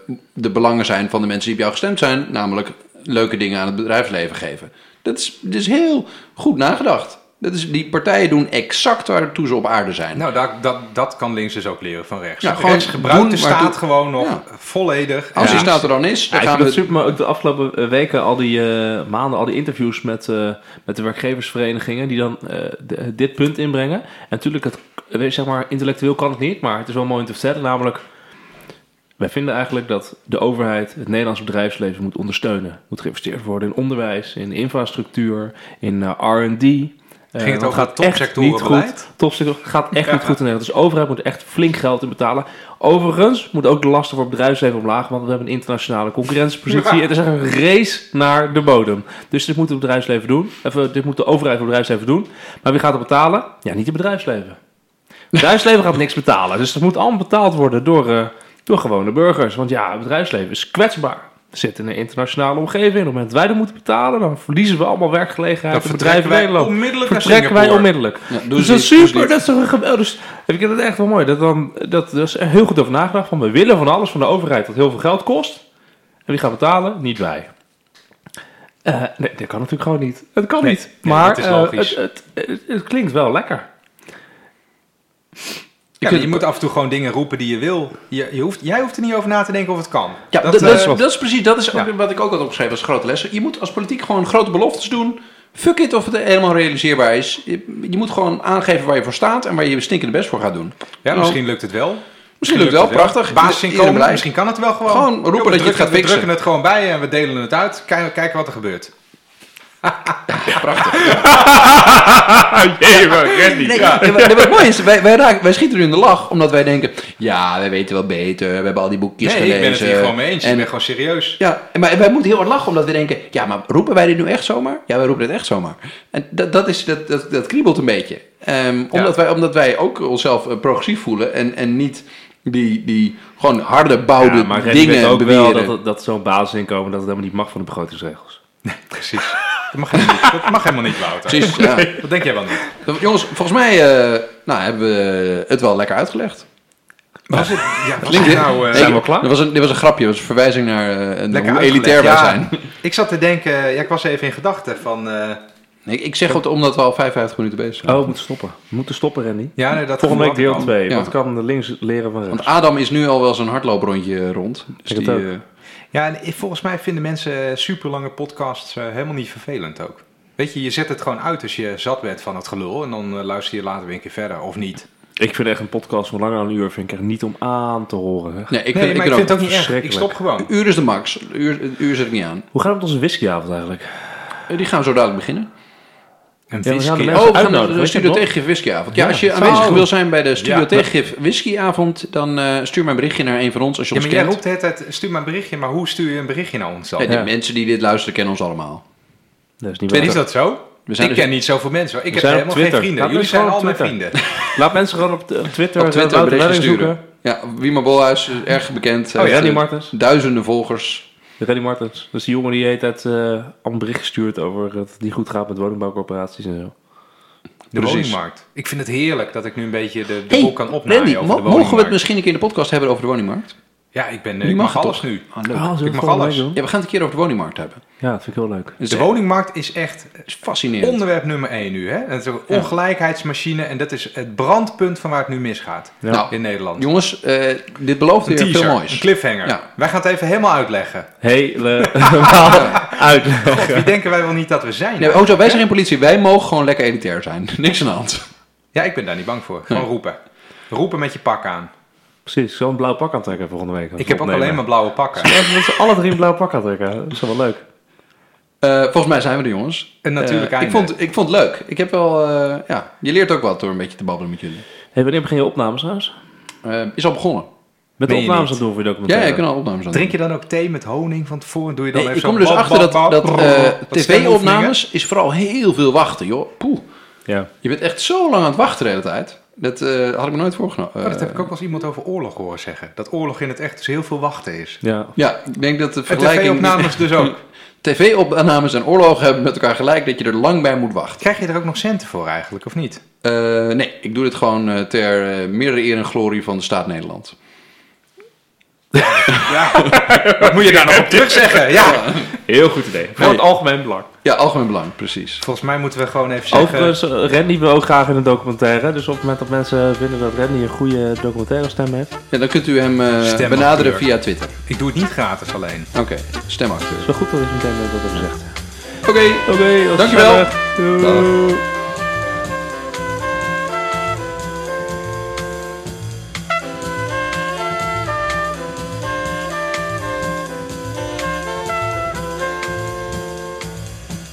de belangen zijn van de mensen die op jou gestemd zijn. Namelijk leuke dingen aan het bedrijfsleven geven. Dat is, dat is heel goed nagedacht. Dat is, die partijen doen exact waartoe ze op aarde zijn. Nou, dat, dat, dat kan links dus ook leren van rechts. Ja, Rechts gewoon gebruikt doen de staat waartoe- gewoon nog Ja. volledig. Als Ja. die staat er dan is, dan Ja, ik gaan vind we... het super, maar ook de afgelopen weken, al die uh, maanden, al die interviews met, uh, met de werkgeversverenigingen die dan uh, de, dit punt inbrengen. En natuurlijk, het, zeg maar, intellectueel kan het niet, maar het is wel mooi om te vertellen, namelijk, wij vinden eigenlijk dat de overheid het Nederlands bedrijfsleven moet ondersteunen. Moet geïnvesteerd worden in onderwijs, in infrastructuur, in uh, R en D. Uh, Ging het over gaat het topsectorenbeleid? Goed. Topsector gaat echt Ja. niet goed in Nederland. Dus de overheid moet echt flink geld in betalen. Overigens moet ook de lasten voor het bedrijfsleven omlaag, want we hebben een internationale concurrentiepositie. Ja. Het is echt een race naar de bodem. Dus dit moet het bedrijfsleven doen. Even, dit moet de overheid voor het bedrijfsleven doen. Maar wie gaat het betalen? Ja, niet het bedrijfsleven. Het bedrijfsleven gaat niks betalen. Dus dat moet allemaal betaald worden door, uh, door gewone burgers. Want ja, het bedrijfsleven is kwetsbaar. We zitten in een internationale omgeving. Op het moment dat wij dat moeten betalen, dan verliezen we allemaal werkgelegenheid. Dan in bedrijven in vertrekken wij Nederland. onmiddellijk naar Vertrekken wij Singapore. onmiddellijk. Ja, doen Dus ze dat is niet, doen ze super. niet. Dat is toch een geweldig. Dus heb ik het echt wel mooi. Dat, dan, dat, dat is er heel goed over nagedacht. Van we willen van alles van de overheid dat heel veel geld kost. En wie gaat betalen? Niet wij. Uh, nee, dat kan natuurlijk gewoon niet. Het kan Nee, niet. nee, Maar het is uh, logisch. het, het, het, het klinkt wel lekker. Ja, kunt- je moet af en toe gewoon dingen roepen die je wil. Je, je hoeft, jij hoeft er niet over na te denken of het kan. Ja, dat, dat, dat, eh, is, dat is precies, dat is ook ja. wat ik ook had opgeschreven als grote lessen. Je moet als politiek gewoon grote beloftes doen. Fuck it of het helemaal realiseerbaar is. Je, je moet gewoon aangeven waar je voor staat en waar je je stinkende best voor gaat doen. ja, Nou, misschien lukt het wel. Misschien lukt het wel, prachtig. Iedereen Basisinkomen, blij. misschien kan het wel gewoon. Gewoon roepen Joh, we dat je het drukken- gaat fixen. We drukken het gewoon bij en we delen het uit. Kijken, kijken wat er gebeurt. Prachtig. Jee, maar Randy. Nee, ja. Ja, wat mooi is, wij, wij, raken, wij schieten nu in de lach, omdat wij denken, ja, wij weten wel beter, we hebben al die boekjes Nee, gelezen. ik ben het hier gewoon mee eens. En- Ik ben gewoon serieus. Ja, maar wij moeten heel hard lachen, omdat we denken, ja, maar roepen wij dit nu echt zomaar? Ja, wij roepen dit echt zomaar. En dat, dat, is, dat, dat, dat kriebelt een beetje. Um, omdat, wij, omdat wij ook onszelf uh, progressief voelen en, en niet die, die gewoon harde bouwde Ja, maar Randy dingen weet ook beweren. wel dat, dat zo'n basisinkomen dat het helemaal niet mag van de begrotingsregels. Precies. Dat mag helemaal niet, dat mag helemaal niet Wouter. Precies, ja. Dat denk jij wel niet. Jongens, volgens mij uh, nou, hebben we het wel lekker uitgelegd. Was het, ja, was Klinkt het dit? nou... eh, Zijn we al klaar? Dit was een, dit was een grapje, dat was een verwijzing naar uh, Lekker hoe uitgelegd. elitair wij Ja, zijn. Ik zat te denken, ja, ik was even in gedachten van... Uh, Ik, ik zeg het omdat we al vijfenvijftig minuten bezig zijn. Oh, we moeten stoppen. We moeten stoppen, Randy. Ja, nee, dat Volgende week deel twee. Ja. Wat kan de links leren van rechts? Want Adam is nu al wel zijn hardlooprondje rond. Dus Ik die, het ook. uh, Ja, en volgens mij vinden mensen super lange podcasts uh, helemaal niet vervelend ook. Weet je, je zet het gewoon uit als je zat bent van het gelul. En dan uh, luister je later weer een keer verder, of niet. Ik vind echt een podcast van langer dan een uur vind ik echt niet om aan te horen. Hè? nee, ik, Nee, ik, maar ik ik vind het ook niet erg. Ik verschrikkelijk. stop gewoon. Een uur is de max. Een uur, een uur zet ik niet aan. Hoe gaat het met onze whiskyavond eigenlijk? Uh, die gaan we zo dadelijk beginnen. Een Ja, we gaan de whisky. mensen Oh, we gaan uitnodigen, de weet je Studio nog? Tegengif whiskyavond. Ja, Ja. als je aanwezig Oh. wil zijn bij de Studio Ja. Tegengif whiskyavond, dan uh, stuur maar een berichtje naar een van ons als je Ja, ons maar jij kent. roept de hele tijd, stuur maar een berichtje. Maar hoe stuur je een berichtje naar ons dan? Ja, die Ja. mensen die dit luisteren kennen ons allemaal. Dat is niet Is waar. dat zo? We zijn Ik dus- ken niet zoveel mensen. Hoor. Ik We heb zijn op helemaal Twitter. geen vrienden. Laat Jullie mensen zijn al gewoon mijn op vrienden. Laat mensen gewoon op, op Twitter, Op Twitter uh, berichtjes Wouter sturen. zoeken. Ja, Wiemer Bolhuis is erg bekend. Oh, Heeft, Randy uh, Martens. Duizenden volgers. Randy Martens. Dus die jongen die heet het uh, al een bericht gestuurd over dat die goed gaat met woningbouwcorporaties en zo. De Precies. woningmarkt. Ik vind het heerlijk dat ik nu een beetje de, de Hey, boel kan opnaaien Randy, over mo- de mogen we het woningmarkt. misschien een keer in de podcast hebben over de woningmarkt? Ja, ik, ben, Nu ik mag mag het alles toch? nu. Ah, leuk. Oh, zullen we Ik mag volgende alles. week doen? Ja, we gaan het een keer over de woningmarkt hebben. Ja, dat vind ik heel leuk. Dus De woningmarkt is echt is fascinerend. onderwerp nummer één nu. Hè? Het is een ongelijkheidsmachine en dat is het brandpunt van waar het nu misgaat Ja. Nou, in Nederland. jongens, uh, dit belooft Een weer veel teaser, moois. een cliffhanger. Ja. Wij gaan het even helemaal uitleggen. Helemaal uitleggen. God, wie denken wij wel niet dat we zijn? Nee, oh zo, wij zijn geen politie. Wij mogen gewoon lekker elitair zijn. Niks aan de hand. Ja, ik ben daar niet bang voor. Gewoon roepen. Roepen met je pak aan. Precies, zo'n blauw pak aantrekken volgende week. Ik heb ook alleen maar blauwe pakken. Ja, we moeten alle drie een blauw pak aantrekken. Dat is wel leuk. Uh, volgens mij zijn we er, jongens. Een natuurlijk Uh, einde. ik, vond, ik vond het leuk. Ik heb wel, uh, ja, je leert ook wat door een beetje te babbelen met jullie. Hey, wanneer begin je opnames trouwens? Uh, is al begonnen. Met de Ben je opnames niet? dat doen voor je Ja, documentaire? ja, ik kan al opnames aan Drink je dan ook thee met honing van tevoren? Doe je dan Nee, even ik kom zo er dus bap, achter bap, dat, bap, dat uh, wat tv-opnames is vooral heel veel wachten, joh. Poeh. Ja. Je bent echt zo lang aan het wachten de hele tijd. Dat uh, had ik me nooit voorgenomen. Oh, dat heb ik ook wel eens iemand over oorlog horen zeggen. Dat oorlog in het echt dus heel veel wachten is. Ja. Ja, ik denk dat de En vergelijking... tv-opnames dus ook. tv-opnames en oorlogen hebben met elkaar gelijk dat je er lang bij moet wachten. Krijg je er ook nog centen voor eigenlijk, of niet? Uh, nee, ik doe dit gewoon uh, ter uh, meerdere eer en glorie van de staat Nederland. Ja, wat moet je daar nog op terug zeggen? Ja. Heel goed idee. Voor Nee. het algemeen belang. Ja, algemeen belang, precies. Volgens mij moeten we gewoon even zeggen... Overigens, uh, Randy wil ook graag in een documentaire. Dus op het moment dat mensen vinden dat Randy een goede documentaire stem heeft. Ja, dan kunt u hem uh, Stemacteur. benaderen via Twitter. Ik doe het niet gratis alleen. Oké, okay, stemacteur. Het is wel goed dat ik meteen dat hebben gezegd. Oké, Oké, dankjewel. Doei.